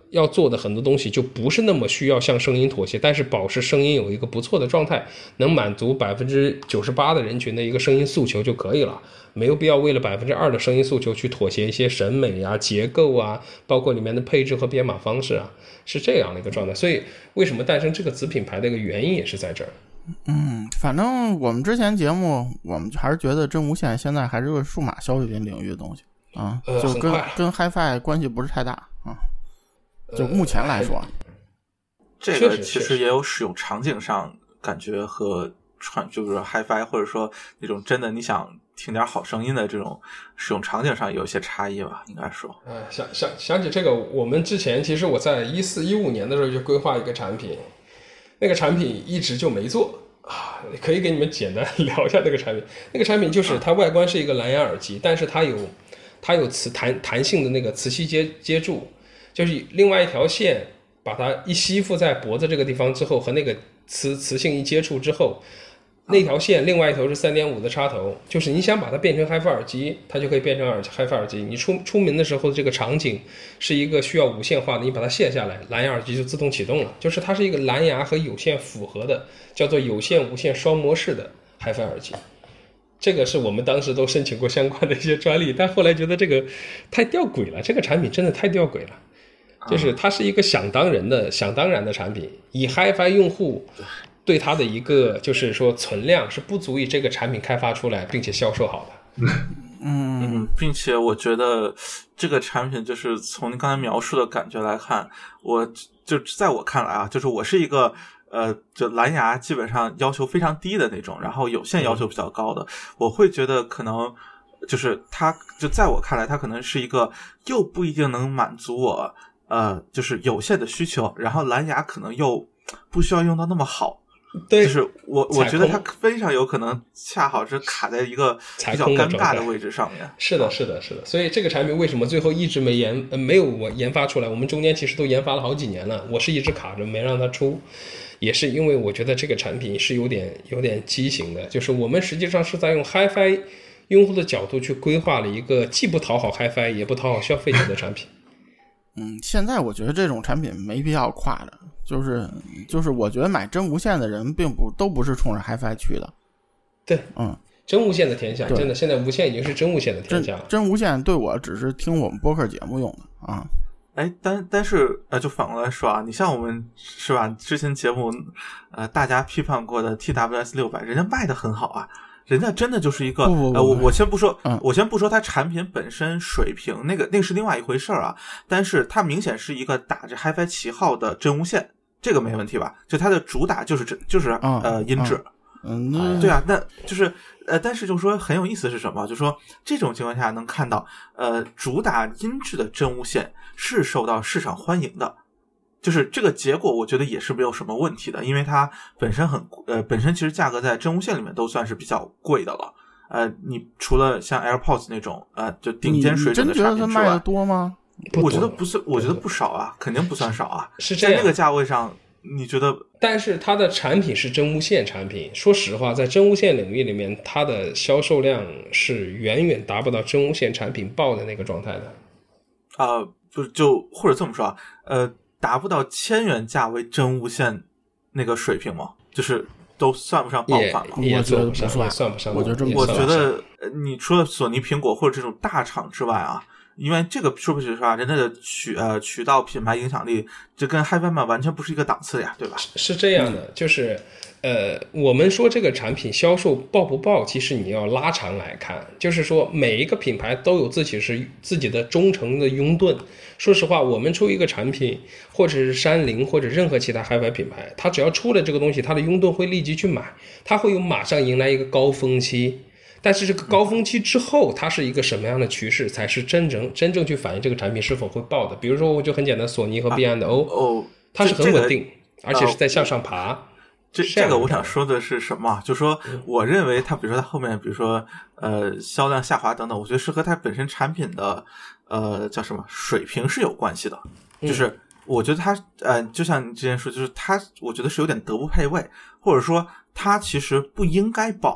要做的很多东西就不是那么需要向声音妥协，但是保持声音有一个不错的状态，能满足百分之九十八的人群的一个声音诉求就可以了，没有必要为了百分之二的声音诉求去妥协一些审美啊、结构啊，包括里面的配置和编码方式啊，是这样的一个状态。所以为什么诞生这个子品牌的一个原因也是在这儿。 嗯，反正我们之前节目，我们还是觉得真无线现在还是个数码消费品领域的东西啊， 呃、 就跟跟 HiFi 关系不是太大啊。就目前来说，呃、 这个其实也有使用场景上感觉和传，就是 HiFi 或者说那种真的你想听点好声音的这种使用场景上有一些差异吧，应该说。 呃，想想想起这个，我们之前其实我在一四一五年的时候就规划一个产品。那个产品一直就没做啊，可以给你们简单聊一下那个产品。那个产品就是它外观是一个蓝牙耳机，但是它有它有磁弹弹性的那个磁吸接接住，就是另外一条线把它一吸附在脖子这个地方之后，和那个磁磁性一接触之后，那条线另外一头是 三点五 的插头，就是你想把它变成 HiFi 耳机，它就可以变成耳 HiFi 耳机。你出出门的时候，这个场景是一个需要无线化的，你把它卸下来，蓝牙耳机就自动启动了。就是它是一个蓝牙和有线符合的，叫做有线无线双模式的 HiFi 耳机。这个是我们当时都申请过相关的一些专利，但后来觉得这个太吊诡了，这个产品真的太吊诡了。就是它是一个想当然的想当然的产品，以 HiFi 用户对它的一个就是说存量是不足以这个产品开发出来并且销售好的。 嗯，并且我觉得这个产品就是从你刚才描述的感觉来看，我就在我看来啊，就是我是一个呃，就蓝牙基本上要求非常低的那种，然后有线要求比较高的，嗯、我会觉得可能就是它就在我看来，它可能是一个又不一定能满足我呃就是有线的需求，然后蓝牙可能又不需要用到那么好。 对， 就是我我觉得它非常有可能恰好是卡在一个比较尴尬的位置上面。 是的，是的，是的。所以这个产品为什么最后一直没研、呃、没有我研发出来？我们中间其实都研发了好几年了，我是一直卡着没让它出，也是因为我觉得这个产品是有点有点畸形的，就是我们实际上是在用 HiFi 用户的角度去规划了一个既不讨好 HiFi 也不讨好消费者的产品。 嗯，现在我觉得这种产品没必要跨的。就是就是，我觉得买真无线的人并不都不是冲着 HiFi 去的。 对， 嗯， 真无线的天下，真的，现在无线已经是真无线的天下了。 真, 真无线对我只是听我们播客节目用的啊。 哎，但但是呃，就反过来说啊，你像我们是吧？之前节目呃，大家批判过的 T W S 六百，人家卖的很好啊。人家真的就是一个不不不呃，我我先不说， 嗯、 我先不说它产品本身水平，那个那个是另外一回事啊。但是它明显是一个打着 HiFi 旗号的真无线。这个没问题吧？就它的主打就是就是、 嗯、 呃音质， 嗯， 嗯对啊，那就是呃，但是就说很有意思是什么？就说这种情况下能看到，呃，主打音质的真无线是受到市场欢迎的，就是这个结果，我觉得也是没有什么问题的，因为它本身很呃，本身其实价格在真无线里面都算是比较贵的了。呃，你除了像 AirPods 那种呃，就顶尖水准的产品之外， 你真觉得它卖的多吗？ 我觉得不是，我觉得不少啊，肯定不算少啊。 是这样， 在那个价位上，你觉得？ 但是它的产品是真无线产品，说实话，在真无线领域里面，它的销售量是远远达不到真无线产品爆的那个状态的。 啊、呃，就就或者这么说啊，呃，达不到千元价位真无线那个水平吗？就是都算不上爆款了。 也做不上， 也算不上。 我觉得这么， 我觉得你除了索尼、苹果或者这种大厂之外啊。因为这个说不实话，人家的渠呃渠道品牌影响力，这跟 HiFi 完全不是一个档次呀，对吧？ 是这样的，就是呃，我们说这个产品销售爆不爆，其实你要拉长来看，就是说每一个品牌都有自己是自己的忠诚的拥趸。说实话，我们出一个产品，或者是山林或者任何其他 HiFi 品牌，它只要出了这个东西，它的拥趸会立即去买，它会有马上迎来一个高峰期。但是这个高峰期之后，它是一个什么样的趋势，才是真正真正去反映这个产品是否会爆的。比如说，我就很简单，索尼和 B and O，、啊哦、 它是很稳定，这个、而且是在向上爬。呃、 这这个我想说的是什么？就说我认为它，比如说它后面，比如说呃销量下滑等等，我觉得是和它本身产品的呃叫什么水平是有关系的。就是我觉得它呃，就像你之前说，就是它，我觉得是有点德不配位，或者说它其实不应该爆。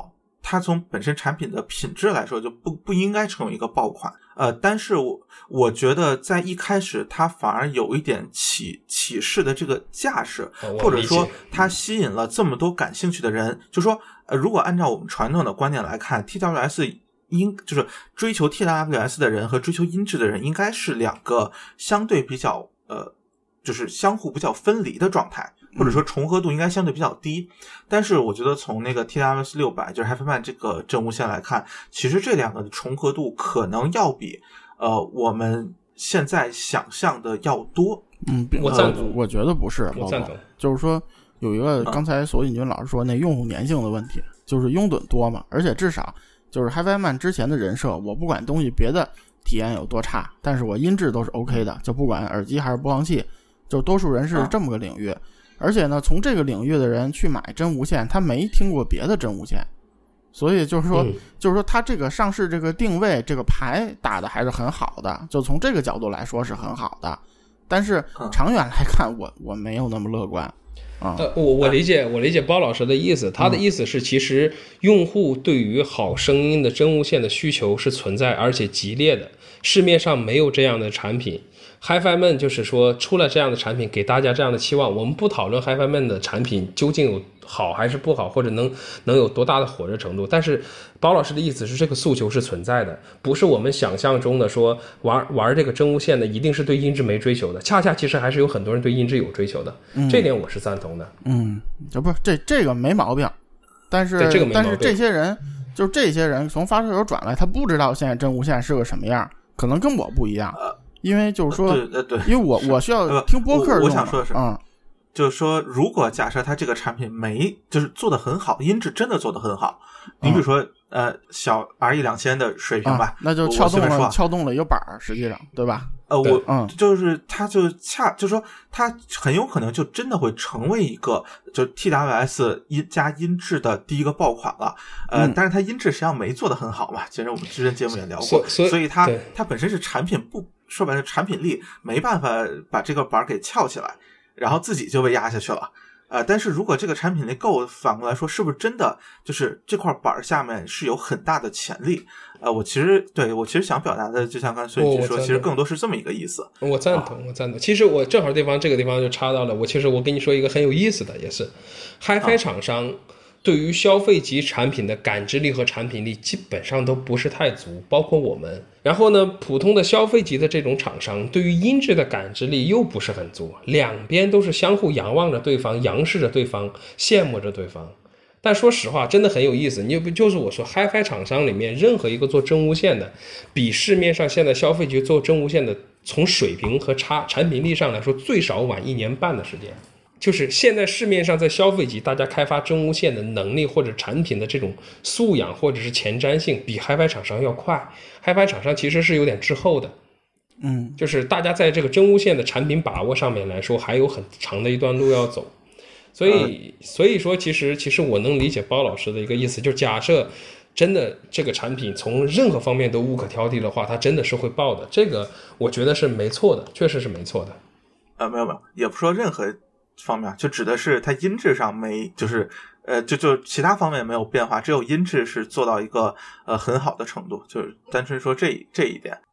它从本身产品的品质来说就不不应该成为一个爆款。呃，但是我我觉得在一开始它反而有一点起起势的这个架势， 哦、 或者说它吸引了这么多感兴趣的人。就说呃，如果按照我们传统的观念来看 T W S 应就是追求 T W S 的人和追求音质的人应该是两个相对比较呃就是相互比较分离的状态，或者说重合度应该相对比较低。但是我觉得从那个 T W S 六百 就是 Hi-Fi Man 这个真无线来看，其实这两个的重合度可能要比呃我们现在想象的要多。 嗯， 我赞同、 呃、我觉得不是， 我赞同。 就是说有一个刚才索引军老师说那用户粘性的问题，就是拥趸多嘛，而且至少就是 Hi-Fi Man 之前的人设，我不管东西别的体验有多差，但是我音质都是 OK 的，就不管耳机还是播放器，就多数人是这么个领域。而且呢，从这个领域的人去买真无线，他没听过别的真无线，所以就是说、嗯、就是说他这个上市这个定位这个牌打的还是很好的，就从这个角度来说是很好的。但是长远来看，我我没有那么乐观。啊、 呃，我我理解，我理解包老师的意思。他的意思是，其实用户对于好声音的真无线的需求是存在而且激烈的，市面上没有这样的产品。Hi-Fi Man 就是说出了这样的产品，给大家这样的期望。我们不讨论 Hi-Fi Man 的产品究竟有好还是不好，或者能能有多大的火热程度。但是包老师的意思是，这个诉求是存在的，不是我们想象中的说玩玩这个真无线的一定是对音质没追求的，恰恰其实还是有很多人对音质有追求的。嗯、这点我是赞同的。 嗯，这不是这这个没毛病，但是这个没毛病但是这些人就是这些人从发射手转来，他不知道现在真无线是个什么样，可能跟我不一样。因为就是说， 对对对， 因为我我需要听播客用、呃我，我想说的是， 嗯， 就是说，如果假设它这个产品没就是做得很好，音质真的做得很好，你比如说、嗯、呃小 R E 两千的水平吧， 啊、那就撬动了撬动了一个板儿，实际上对吧？ 呃，我嗯， 就是它就恰就是说，它很有可能就真的会成为一个就 T W S 音加音质的第一个爆款了。呃， 嗯、 但是它音质实际上没做得很好嘛，其实我们之前节目也聊过， 所以所以它它本身是产品不说白了，产品力没办法把这个板给翘起来，然后自己就被压下去了。呃，但是如果这个产品力够，反过来说，是不是真的就是这块板下面是有很大的潜力？呃，我其实对我其实想表达的，就像刚才孙宇说，其实更多是这么一个意思。 我赞同，我赞同。其实我正好地方这个地方就插到了，我其实我跟你说一个很有意思的，也是 Hi-Fi 厂商对于消费级产品的感知力和产品力基本上都不是太足，包括我们。然后呢，普通的消费级的这种厂商对于音质的感知力又不是很足，两边都是相互仰望着对方，仰视着对方，羡慕着对方。但说实话真的很有意思，你不就是我说 Hi-Fi 厂商里面任何一个做真无线的，比市面上现在消费级做真无线的从水平和差产品力上来说最少晚一年半的时间。就是现在市面上在消费级大家开发真无线的能力或者产品的这种素养或者是前瞻性比 Hi-Fi 厂商要快， Hi-Fi 厂商其实是有点滞后的。 嗯， 就是大家在这个真无线的产品把握上面来说还有很长的一段路要走。所以所以说其实其实我能理解包老师的一个意思，就假设真的这个产品从任何方面都无可挑剔的话，它真的是会爆的，这个我觉得是没错的，确实是没错的。 呃，没有没有，也不说任何方面，就指的是它音质上没，就是呃，就就其他方面没有变化，只有音质是做到一个呃很好的程度，就是单纯说这这一点。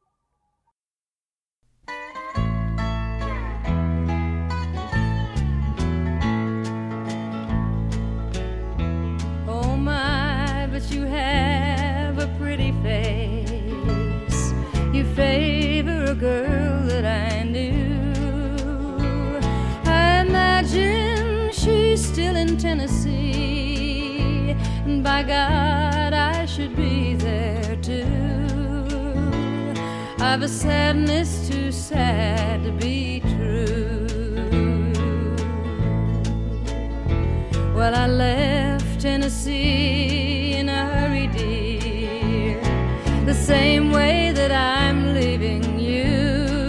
Oh my, but you have a pretty face. You favor a girl that I knew. Imagine she's still in Tennessee, and by God I should be there too. I've a sadness too sad to be true. Well, I left Tennessee in a hurry, dear, the same way that I'm leaving you.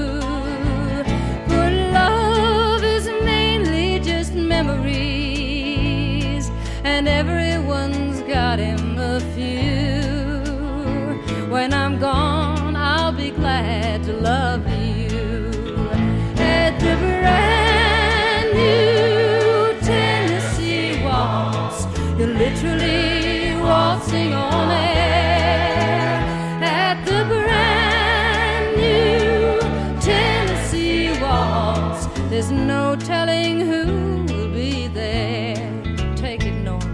And everyone's got him a few. When I'm gone, I'll be glad to love you. At the brand new Tennessee waltz, you're literally waltzing on There's no telling who will be there. Take it Norman.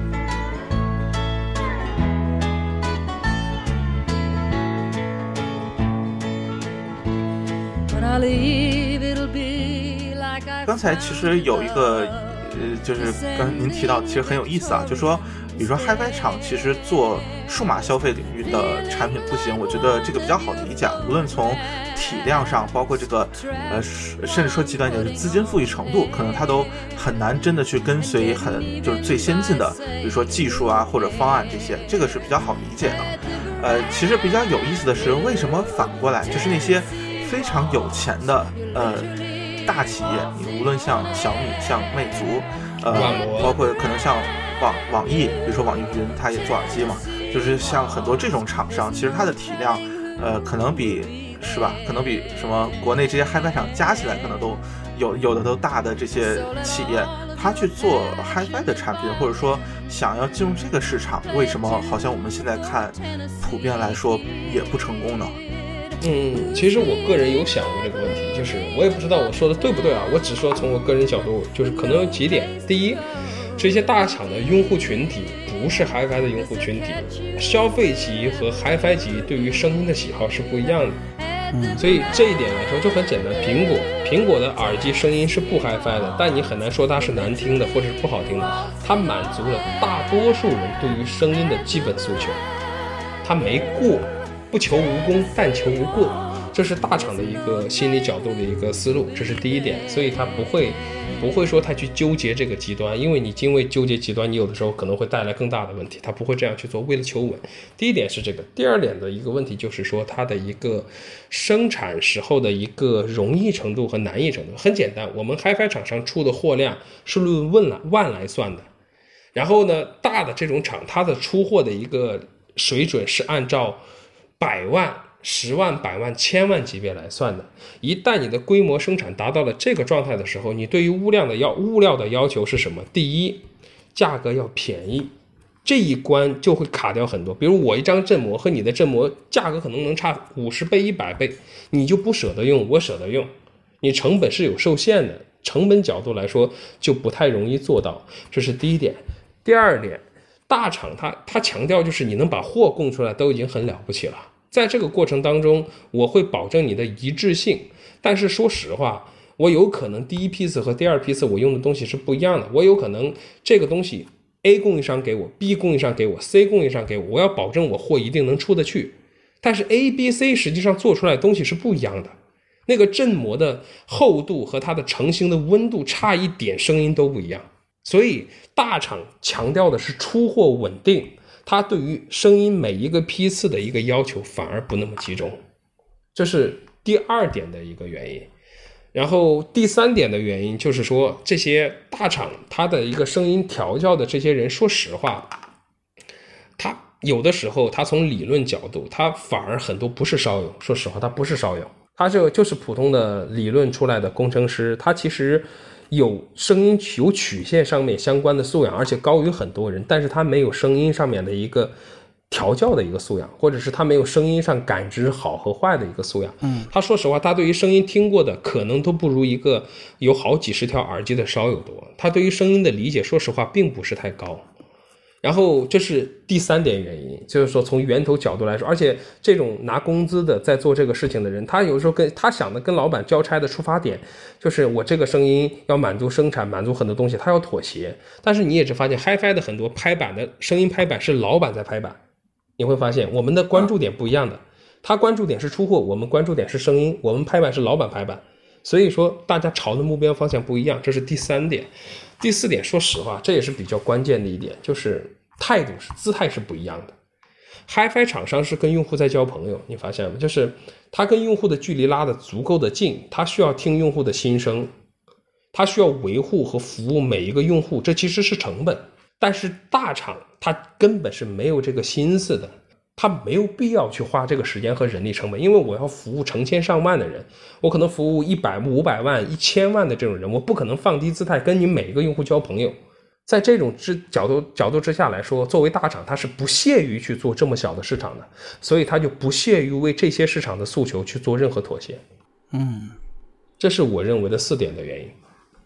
When I leave, it'll be like I. 刚才其实有一个，呃，就是刚才您提到，其实很有意思啊，就说，比如说 Hi-Fi 厂其实做数码消费领域的产品不行，我觉得这个比较好理解，无论从体量上，包括这个，呃，甚至说极端点是资金富裕程度，可能它都很难真的去跟随很就是最先进的，比如说技术啊或者方案这些，这个是比较好理解的。呃，其实比较有意思的是，为什么反过来就是那些非常有钱的呃大企业，你无论像小米、像魅族，呃，包括可能像网网易，比如说网易云，它也做耳机嘛，就是像很多这种厂商，其实它的体量，呃，可能比是吧，可能比什么国内这些 Hi-Fi 厂加起来，可能都有有的都大的这些企业，它去做 Hi-Fi 的产品，或者说想要进入这个市场，为什么好像我们现在看普遍来说也不成功呢？ 嗯，其实我个人有想过这个问题，就是我也不知道我说的对不对啊，我只说从我个人角度，就是可能有几点。第一，这些大厂的用户群体不是 Hi-Fi 的用户群体，消费级和 Hi-Fi 级对于声音的喜好是不一样的。嗯，所以这一点来说就很简单，苹果苹果的耳机声音是不 Hi-Fi 的，但你很难说它是难听的或者是不好听的，它满足了大多数人对于声音的基本诉求，它没过。不求无功，但求无过，这是大厂的一个心理角度的一个思路，这是第一点。所以他不会不会说他去纠结这个极端，因为你因为纠结极端，你有的时候可能会带来更大的问题，他不会这样去做，为了求稳。第一点是这个。第二点的一个问题就是说它的一个生产时候的一个容易程度和难易程度。很简单，我们 Hi-Fi 厂商出的货量是论万万来算的，然后呢，大的这种厂它的出货的一个水准是按照百万、十万、百万、千万级别来算的。一旦你的规模生产达到了这个状态的时候，你对于物量的要物料的要求是什么？第一，价格要便宜，这一关就会卡掉很多。比如我一张振膜和你的振膜价格可能能差五十倍、一百倍，你就不舍得用，我舍得用，你成本是有受限的，成本角度来说就不太容易做到，这是第一点。第二点，大厂它它强调就是你能把货供出来都已经很了不起了，在这个过程当中我会保证你的一致性，但是说实话，我有可能第一批次和第二批次我用的东西是不一样的，我有可能这个东西 A 供应商给我， B 供应商给我， C 供应商给我，我要保证我货一定能出得去，但是 A、B、C 实际上做出来的东西是不一样的，那个振膜的厚度和它的成型的温度差一点，声音都不一样。所以大厂强调的是出货稳定，它对于声音每一个批次的一个要求反而不那么集中，这是第二点的一个原因。然后第三点的原因就是说，这些大厂它的一个声音调教的这些人，说实话，他有的时候他从理论角度他反而很多不是烧友，说实话他不是烧友，他这个就是普通的理论出来的工程师，他其实有声音有曲线上面相关的素养，而且高于很多人，但是他没有声音上面的一个调教的一个素养，或者是他没有声音上感知好和坏的一个素养。嗯，他说实话，他对于声音听过的可能都不如一个有好几十条耳机的烧友多，他对于声音的理解说实话并不是太高。然后这是第三点原因，就是说从源头角度来说，而且这种拿工资的在做这个事情的人，他有时候跟他想的跟老板交差的出发点就是我这个声音要满足生产，满足很多东西，他要妥协。但是你也只发现 Hi-Fi 的很多拍板的声音拍板是老板在拍板，你会发现我们的关注点不一样的，他关注点是出货，我们关注点是声音，我们拍板是老板拍板，所以说大家朝的目标方向不一样，这是第三点。第四点，说实话这也是比较关键的一点，就是态度是姿态是不一样的。 Hi-Fi 厂商是跟用户在交朋友，你发现吗？就是他跟用户的距离拉得足够的近，他需要听用户的心声，他需要维护和服务每一个用户，这其实是成本。但是大厂他根本是没有这个心思的，他没有必要去花这个时间和人力成本，因为我要服务成千上万的人，我可能服务一百、五百万、一千万的这种人，我不可能放低姿态跟你每一个用户交朋友。在这种之角度角度之下来说，作为大厂，他是不屑于去做这么小的市场的，所以他就不屑于为这些市场的诉求去做任何妥协。 嗯， 这是我认为的四点的原因。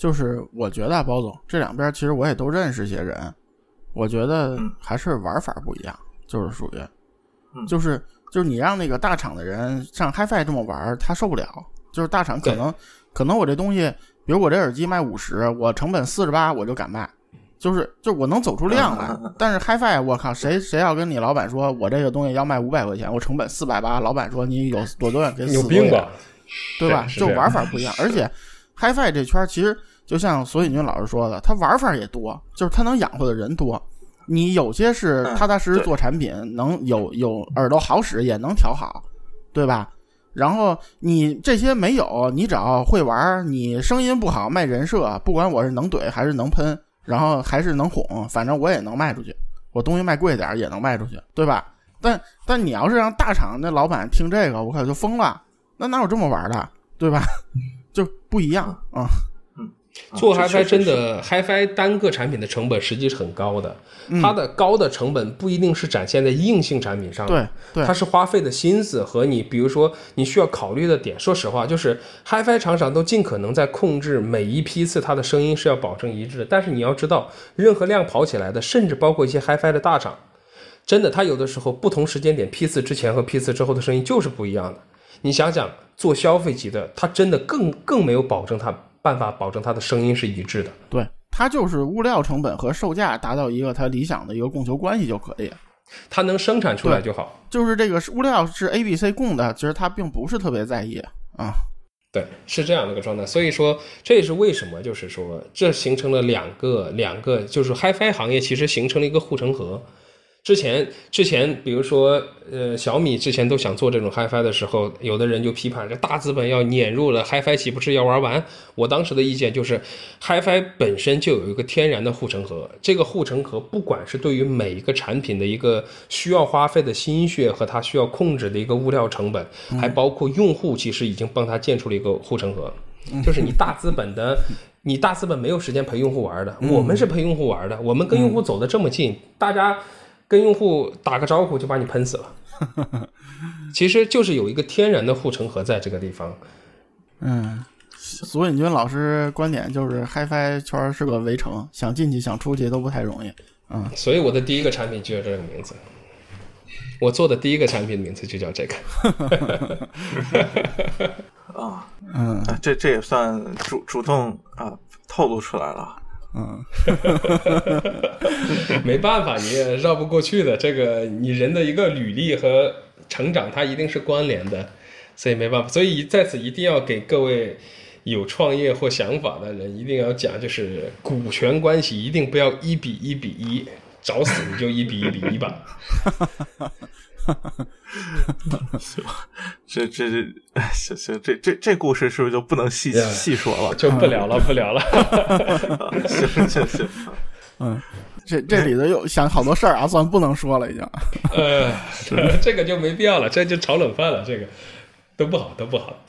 就是我觉得啊，包总这两边其实我也都认识些人，我觉得还是玩法不一样，就是属于，就是就是你让那个大厂的人上 HiFi 这么玩，他受不了。就是大厂可能可能我这东西，比如我这耳机卖五十，我成本四十八，我就敢卖。就是就我能走出量来，但是 HiFi 我靠，谁谁要跟你老板说我这个东西要卖五百块钱，我成本四百八，老板说你有多多给死有病吧， 对吧？就玩法不一样，而且 HiFi 这圈其实就像索引军老师说的，他玩法也多，就是他能养活的人多。你有些是踏踏实实做产品，能有有耳朵好使，也能调好，对吧？然后你这些没有，你只要会玩，你声音不好卖人设，不管我是能怼还是能喷。然后还是能哄，反正我也能卖出去，我东西卖贵点也能卖出去，对吧？但但你要是让大厂那老板听这个，我可就疯了，那哪有这么玩的，对吧？就不一样啊。 嗯， 做 HiFi 真的 HiFi 单个产品的成本实际是很高的， 嗯、 它的高的成本不一定是展现在硬性产品上的， 对对， 它是花费的心思和你比如说你需要考虑的点。说实话，就是 HiFi 厂商都尽可能在控制每一批次它的声音是要保证一致的，但是你要知道，任何量跑起来的，甚至包括一些 HiFi 的大厂，真的它有的时候不同时间点批次之前和批次之后的声音就是不一样的。你想想，做消费级的，它真的更更没有保证它办法保证它的声音是一致的。 对，它就是物料成本和售价达到一个它理想的一个供求关系就可以， 它能生产出来就好。 就是这个物料是 A B C 供的，其实它并不是特别在意啊。 对，是这样的一个状态。所以说，这也是为什么，就是说，这形成了两个两个，就是 HiFi 行业其实形成了一个护城河。之前之前比如说呃小米之前都想做这种 HiFi 的时候，有的人就批判这大资本要撵入了 HiFi 岂不是要玩完。我当时的意见就是 HiFi 本身就有一个天然的护城河，这个护城河不管是对于每一个产品的一个需要花费的心血和它需要控制的一个物料成本，还包括用户其实已经帮他建出了一个护城河。就是你大资本的你大资本没有时间陪用户玩的，我们是陪用户玩的，我们跟用户走得这么近，大家跟用户打个招呼就把你喷死了，其实就是有一个天然的护城河在这个地方。 嗯，索引军老师观点就是 HiFi 圈是个围城，想进去想出去都不太容易。嗯， 所以我的第一个产品就叫这个名字，我做的第一个产品名字就叫这个。 啊， 嗯， 啊、这这也算主主动啊透露出来了。 嗯， 没办法，你也绕不过去的。这个你人的一个履历和成长，它一定是关联的，所以没办法。所以在此一定要给各位有创业或想法的人，一定要讲，就是股权关系一定不要一比一比一，找死你就一比一比一吧。 行，这这这，行行，这这这故事是不是就不能细细说了？ 就不聊了，不聊了。 行行行， 嗯，这这里头又想好多事儿啊，算不能说了已经。 呃，这个就没必要了，这就炒冷饭了，这个都不好，都不好。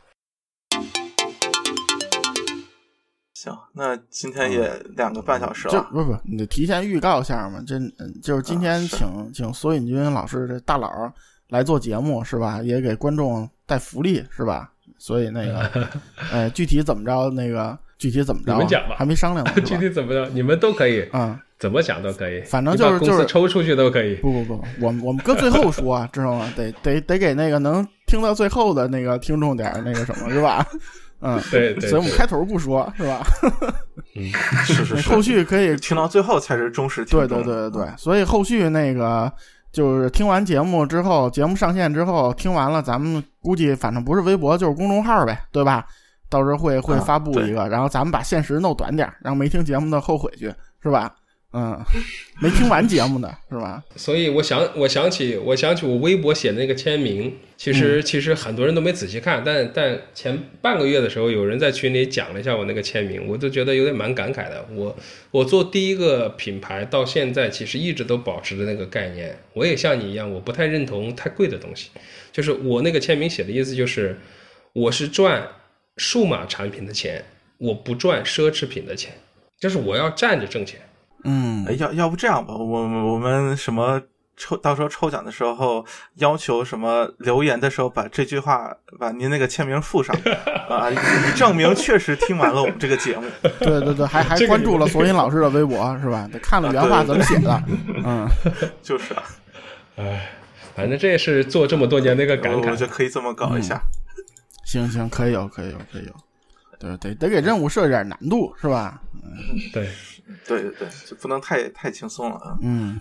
行，那今天也两个半小时了。 这不不，你得提前预告一下嘛。这就是今天请、啊、请索引军老师这大佬来做节目是吧？也给观众带福利是吧？所以那个，哎，具体怎么着？那个具体怎么着？ 你们讲吧， 还没商量呢。 具体怎么着？你们都可以啊、嗯， 怎么讲都可以。 反正就是就是抽出去都可以。 不不不，我们我们搁最后说、啊，知道吗？得得得给那个能听到最后的那个听众点那个什么是吧？嗯， 对 对, 对， 所以我们开头不说，是吧？ 嗯，是是是， 后续可以听到最后才是忠实听众。 对对对对对，所以后续那个就是听完节目之后，节目上线之后，听完了，咱们估计反正不是微博就是公众号呗，对吧？到时候会会发布一个，啊、然后咱们把限时弄短点，让没听节目的后悔去，是吧？嗯，没听完节目的是吧？ 所以我想，我想起，我想起我微博写的那个签名，其实、嗯、其实很多人都没仔细看，但但前半个月的时候，有人在群里讲了一下我那个签名，我就觉得有点蛮感慨的。我我做第一个品牌到现在，其实一直都保持着那个概念。我也像你一样，我不太认同太贵的东西。就是我那个签名写的意思就是，我是赚数码产品的钱，我不赚奢侈品的钱，就是我要站着挣钱。 嗯， 要要不这样吧，我我们什么抽到时候抽奖的时候要求什么留言的时候把这句话把您那个签名附上啊，以证明确实听完了我们这个节目。 对对对，还还关注了索引老师的微博是吧？得看了原话怎么写的。嗯， 就是啊， 哎，反正这也是做这么多年的一个感慨， 我觉得可以这么搞一下。 嗯、行行，可以有，可以有，可以有。对，得得给任务设置点难度是吧？嗯， 对， 对对对，就不能太太轻松了啊。 嗯。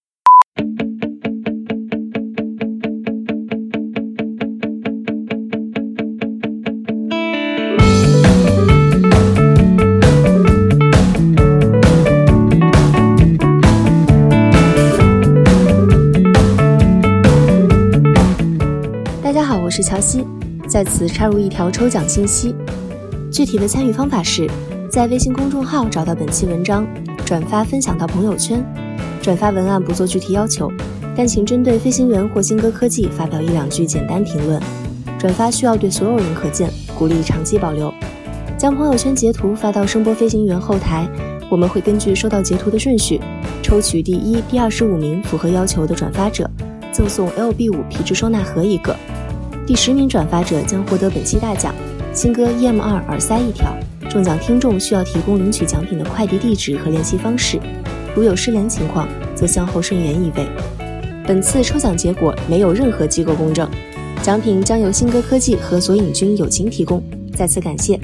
大家好，我是乔西，在此插入一条抽奖信息。具体的参与方法是，在微信公众号找到本期文章，转发分享到朋友圈。转发文案不做具体要求，但请针对飞行员或新歌科技发表一两句简单评论。转发需要对所有人可见，鼓励长期保留。将朋友圈截图发到声波飞行员后台，我们会根据收到截图的顺序，抽取第一、第二十五名符合要求的转发者，赠送 L B 五 皮质收纳盒一个。第十名转发者将获得本期大奖新歌 E M 二 耳塞一条。中奖听众需要提供领取奖品的快递地址和联系方式，如有失联情况则向后顺延一位。本次抽奖结果没有任何机构公证，奖品将由新歌科技和索引君友情提供，再次感谢。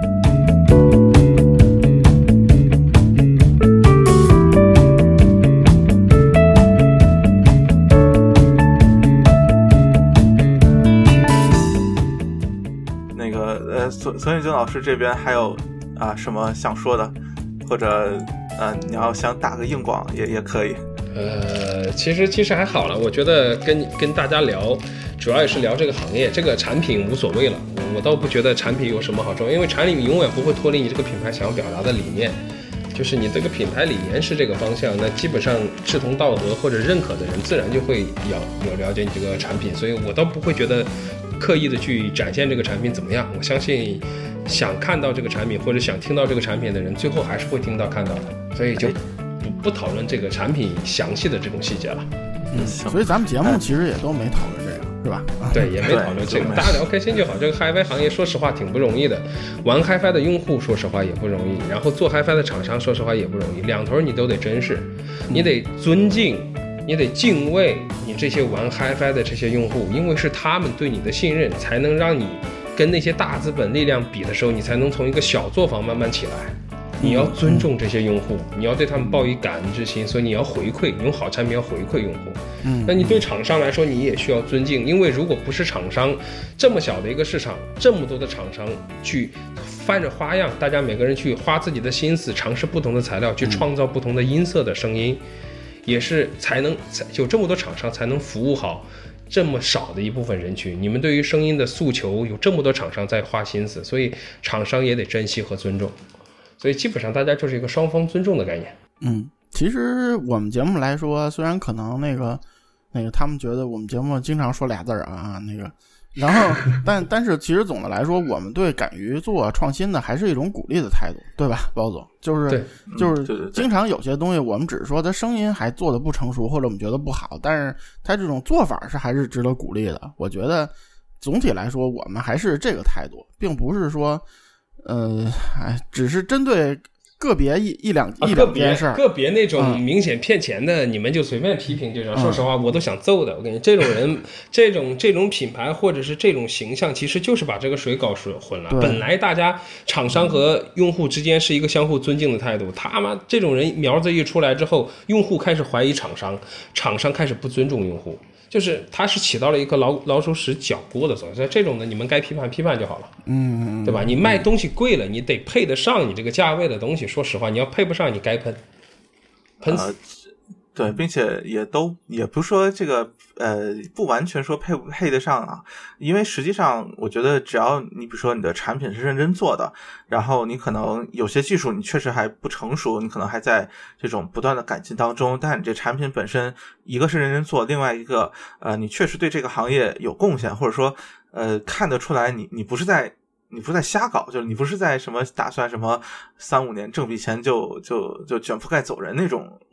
索索引君老师这边还有啊什么想说的，或者呃你要想打个硬广也也可以。 呃，其实其实还好了，我觉得跟跟大家聊，主要也是聊这个行业，这个产品无所谓了，我我倒不觉得产品有什么好处，因为产品永远不会脱离你这个品牌想要表达的理念。就是你这个品牌理念是这个方向，那基本上志同道合或者认可的人自然就会有有了解你这个产品，所以我倒不会觉得刻意的去展现这个产品怎么样。我相信想看到这个产品或者想听到这个产品的人，最后还是会听到看到的，所以就不不讨论这个产品详细的这种细节了。 嗯，所以咱们节目其实也都没讨论这个，是吧？ 对，也没讨论这个，大家聊开心就好。这个 Hi-Fi 行业说实话挺不容易的，玩 Hi-Fi 的用户说实话也不容易，然后做 Hi-Fi 的厂商说实话也不容易，两头你都得珍视，你得尊敬，你得敬畏你这些玩 Hi-Fi 的这些用户，因为是他们对你的信任，才能让你跟那些大资本力量比的时候，你才能从一个小作坊慢慢起来。你要尊重这些用户，你要对他们抱以感恩之心，所以你要回馈，用好产品要回馈用户。嗯，那你对厂商来说，你也需要尊敬，因为如果不是厂商，这么小的一个市场，这么多的厂商去翻着花样，大家每个人去花自己的心思，尝试不同的材料，去创造不同的音色的声音，也是才能有这么多厂商才能服务好这么少的一部分人群。你们对于声音的诉求，有这么多厂商在花心思，所以厂商也得珍惜和尊重。所以基本上大家就是一个双方尊重的概念。 嗯，其实我们节目来说，虽然可能那个那个他们觉得我们节目经常说俩字儿啊，那个，然后但但是其实总的来说，我们对敢于做创新的还是一种鼓励的态度，对吧，包总？就是就是经常有些东西我们只是说它声音还做的不成熟，或者我们觉得不好，但是它这种做法是还是值得鼓励的。我觉得总体来说，我们还是这个态度，并不是说。呃，哎，只是针对个别一一两、啊、一两件事儿， 个别那种明显骗钱的，嗯、你们就随便批评这种。说实话，我都想揍的。我跟你这种人，这种这种品牌或者是这种形象，其实就是把这个水搞水混了。本来大家厂商和用户之间是一个相互尊敬的态度，他妈这种人苗子一出来之后，用户开始怀疑厂商，厂商开始不尊重用户。就是它是起到了一个老老鼠屎搅锅的作用，所以这种的你们该批判批判就好了， 嗯， 对吧？你卖东西贵了，你得配得上你这个价位的东西。说实话，你要配不上，你该喷，喷死。 呃对，并且也都也不是说这个呃不完全说配不配得上啊，因为实际上我觉得只要你比如说你的产品是认真做的，然后你可能有些技术你确实还不成熟，你可能还在这种不断的改进当中，但你这产品本身一个是认真做，另外一个呃你确实对这个行业有贡献，或者说呃看得出来你你不是在你不是在瞎搞，就是你不是在什么打算什么三五年挣笔钱就就就卷铺盖走人那种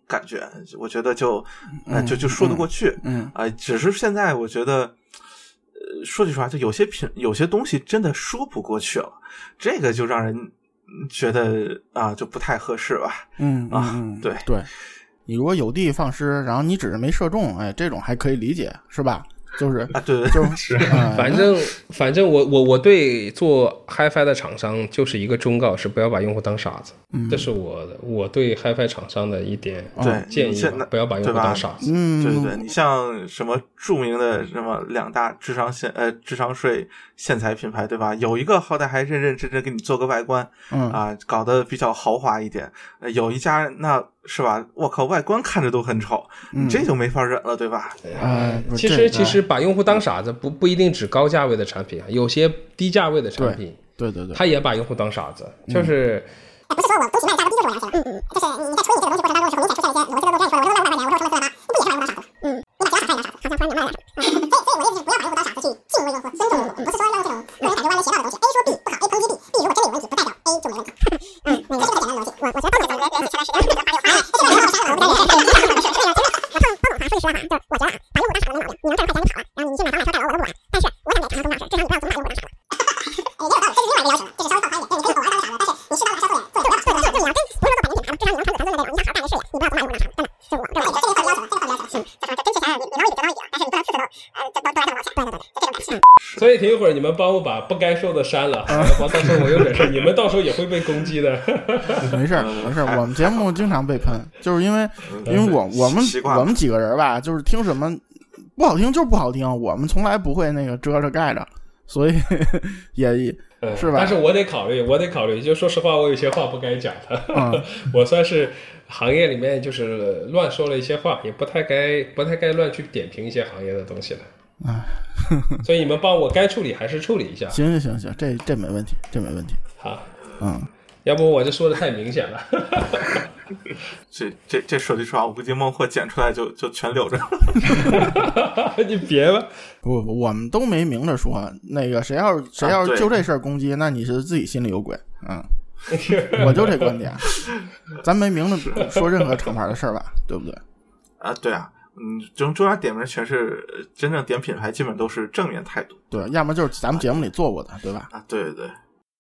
感觉，我觉得就呃就就说得过去。 嗯啊、呃，只是现在我觉得，呃，说句实话，就有些品有些东西真的说不过去了，这个就让人觉得啊就不太合适吧。 嗯啊， 嗯对对，你如果有的放矢，然后你只是没射中，哎，这种还可以理解，是吧？就是啊，对对， 就是呃、 反正反正我我我对做 HiFi 的厂商就是一个忠告，是不要把用户当傻子。 嗯、 这是我的我对 HiFi 厂商的一点对建议吧，不要把用户当傻子。 嗯， 对对对，你像什么著名的什么两大智商线呃智商税线材品牌，对吧？有一个好歹还认认真真给你做个外观， 嗯啊，搞得比较豪华一点。呃、有一家那是吧？我靠，外观看着都很丑， 嗯、 这就没法忍了，对吧？ 呃， 其实其实把用户当傻子不不一定指高价位的产品，有些低价位的产品， 对对对， 他也把用户当傻子，就是。 嗯不是说我东西卖的价格低就说我良心，嗯嗯，就是你在处理你这个东西过程当中，明显出现一些逻辑的漏洞，说我说卖五百块钱，我说出了四百八，不也是把用户当傻子？嗯，你把其他厂商也当傻子，好像突然明白了。嗯，所以所以我的意思是不要把用户当傻子去敬畏用户、尊重用户，不是说要这种个人感觉歪门邪道的东西。A 说 B 不好 ，A 抨击 B，B 如果真的有问题，不代表 A 就没认可。嗯，那个这是个简单的逻辑。我我觉得包总总结联系前段时间比较发有哎，这个没有啥我不在这里。我碰包总话说句实话，就是我觉得啊，把用户当傻子没毛病，你能挣快钱你跑了，然后你去买房买车带楼我都不管。但是我想给厂商忠告是，至少你不要总把用户当傻子。哎，也有道理，这是另外一个要求，这是稍微放宽一点，对，你可以狗玩当个傻子，但是你适当的还是要做点做点做点事，对，你要跟不是说做百年品牌，至少你能成子成孙的那种你想好好干的事业，你不要总把用户当傻子，真的，这是我这我这个法律要求，这个法律要求，嗯，这反正真之前你你能一笔得到一笔，但是你不能次次都呃都都都来这么多钱，对对对，就这种感觉。 所以停一会儿，你们帮我把不该说的删了，好，到时候我有点事，你们到时候也会被攻击的。 没事没事，我们节目经常被喷，就是因为因为我我们我们几个人吧，就是听什么不好听就是不好听，我们从来不会那个遮着盖着，所以也是吧？ 但是我得考虑，我得考虑，就说实话，我有些话不该讲的， 嗯、 我算是行业里面就是乱说了一些话，也不太该不太该乱去点评一些行业的东西了。 哎， 所以你们帮我该处理还是处理一下。 行行行行，这这没问题，这没问题。 好， 嗯， 要不我这说的太明显了。 这这这说句实话，我估计孟获剪出来就就全留着。 你别吧， 不不，我们都没明着说，那个谁要谁要就这事儿攻击，啊、那你是自己心里有鬼，嗯，我就这观点，咱没明着说任何厂牌的事儿吧，对不对？ 啊，对啊。嗯，中中央点名全是真正点品牌，基本都是正面态度。 对，要么就是咱们节目里做过的，对吧？ 啊，对对对。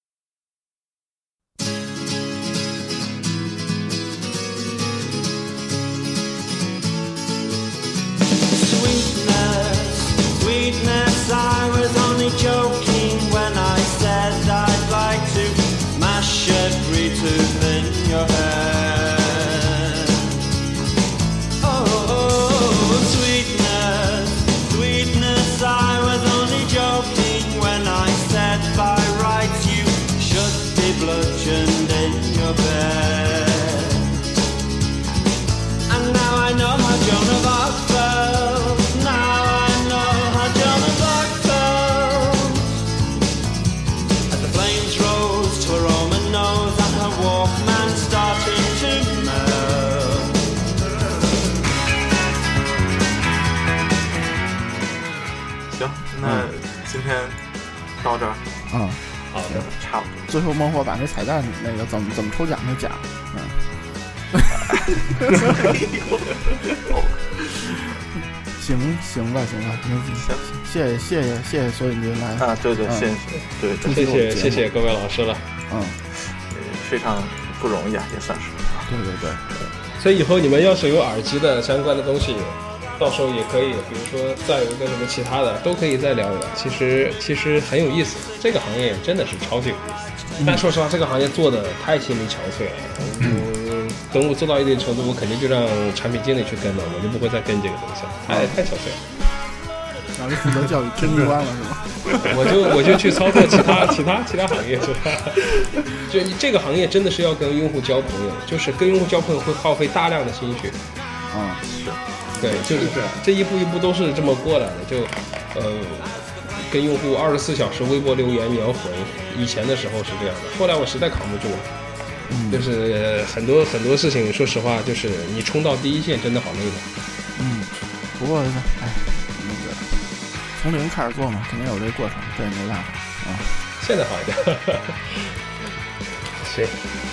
Sweetness, sweetness, I was only joking when I said I'd like to mash every tooth in your head. By rights you should be bludgeoned in your bed. And now I know how Joan of Arc felt. Now I know how Joan of Arc felt. As the flames rose to her Roman nose and her Walkman started to melt. 行，那今天到这儿。 嗯， 好的， 差不多。 最后孟获把那彩蛋那个怎么怎么抽奖给讲，嗯，行行吧行吧，行，谢谢谢谢谢谢索引君来啊，对对， 嗯、 谢谢，对， 谢谢谢谢各位老师了， 嗯， 非常不容易啊，也算是。 对对对， 所以以后你们要是有耳机的相关的东西。到时候也可以，比如说再有一个什么其他的，都可以再聊一聊。其实其实很有意思，这个行业真的是超级有意思。嗯、但说实话，这个行业做的太心力憔悴了。嗯，等我做到一定程度，我肯定就让产品经理去跟了，我就不会再跟这个东西了。太太憔悴了。 然后就负责教育听一关了是吗？ 我就我就去操作其他其他其他行业去了。就这个行业真的是要跟用户交朋友，就是跟用户交朋友会耗费大量的心血。 嗯， 是。 对，就是这一步一步都是这么过来的。就，呃，跟用户二十四小时微博留言你要回，以前的时候是这样的，后来我实在扛不住了，嗯、就是、呃、很多很多事情，说实话，就是你冲到第一线真的好累的。 嗯，不过哎，那个从零开始做嘛，肯定有这个过程，这也没办法啊。 现在好一点。行。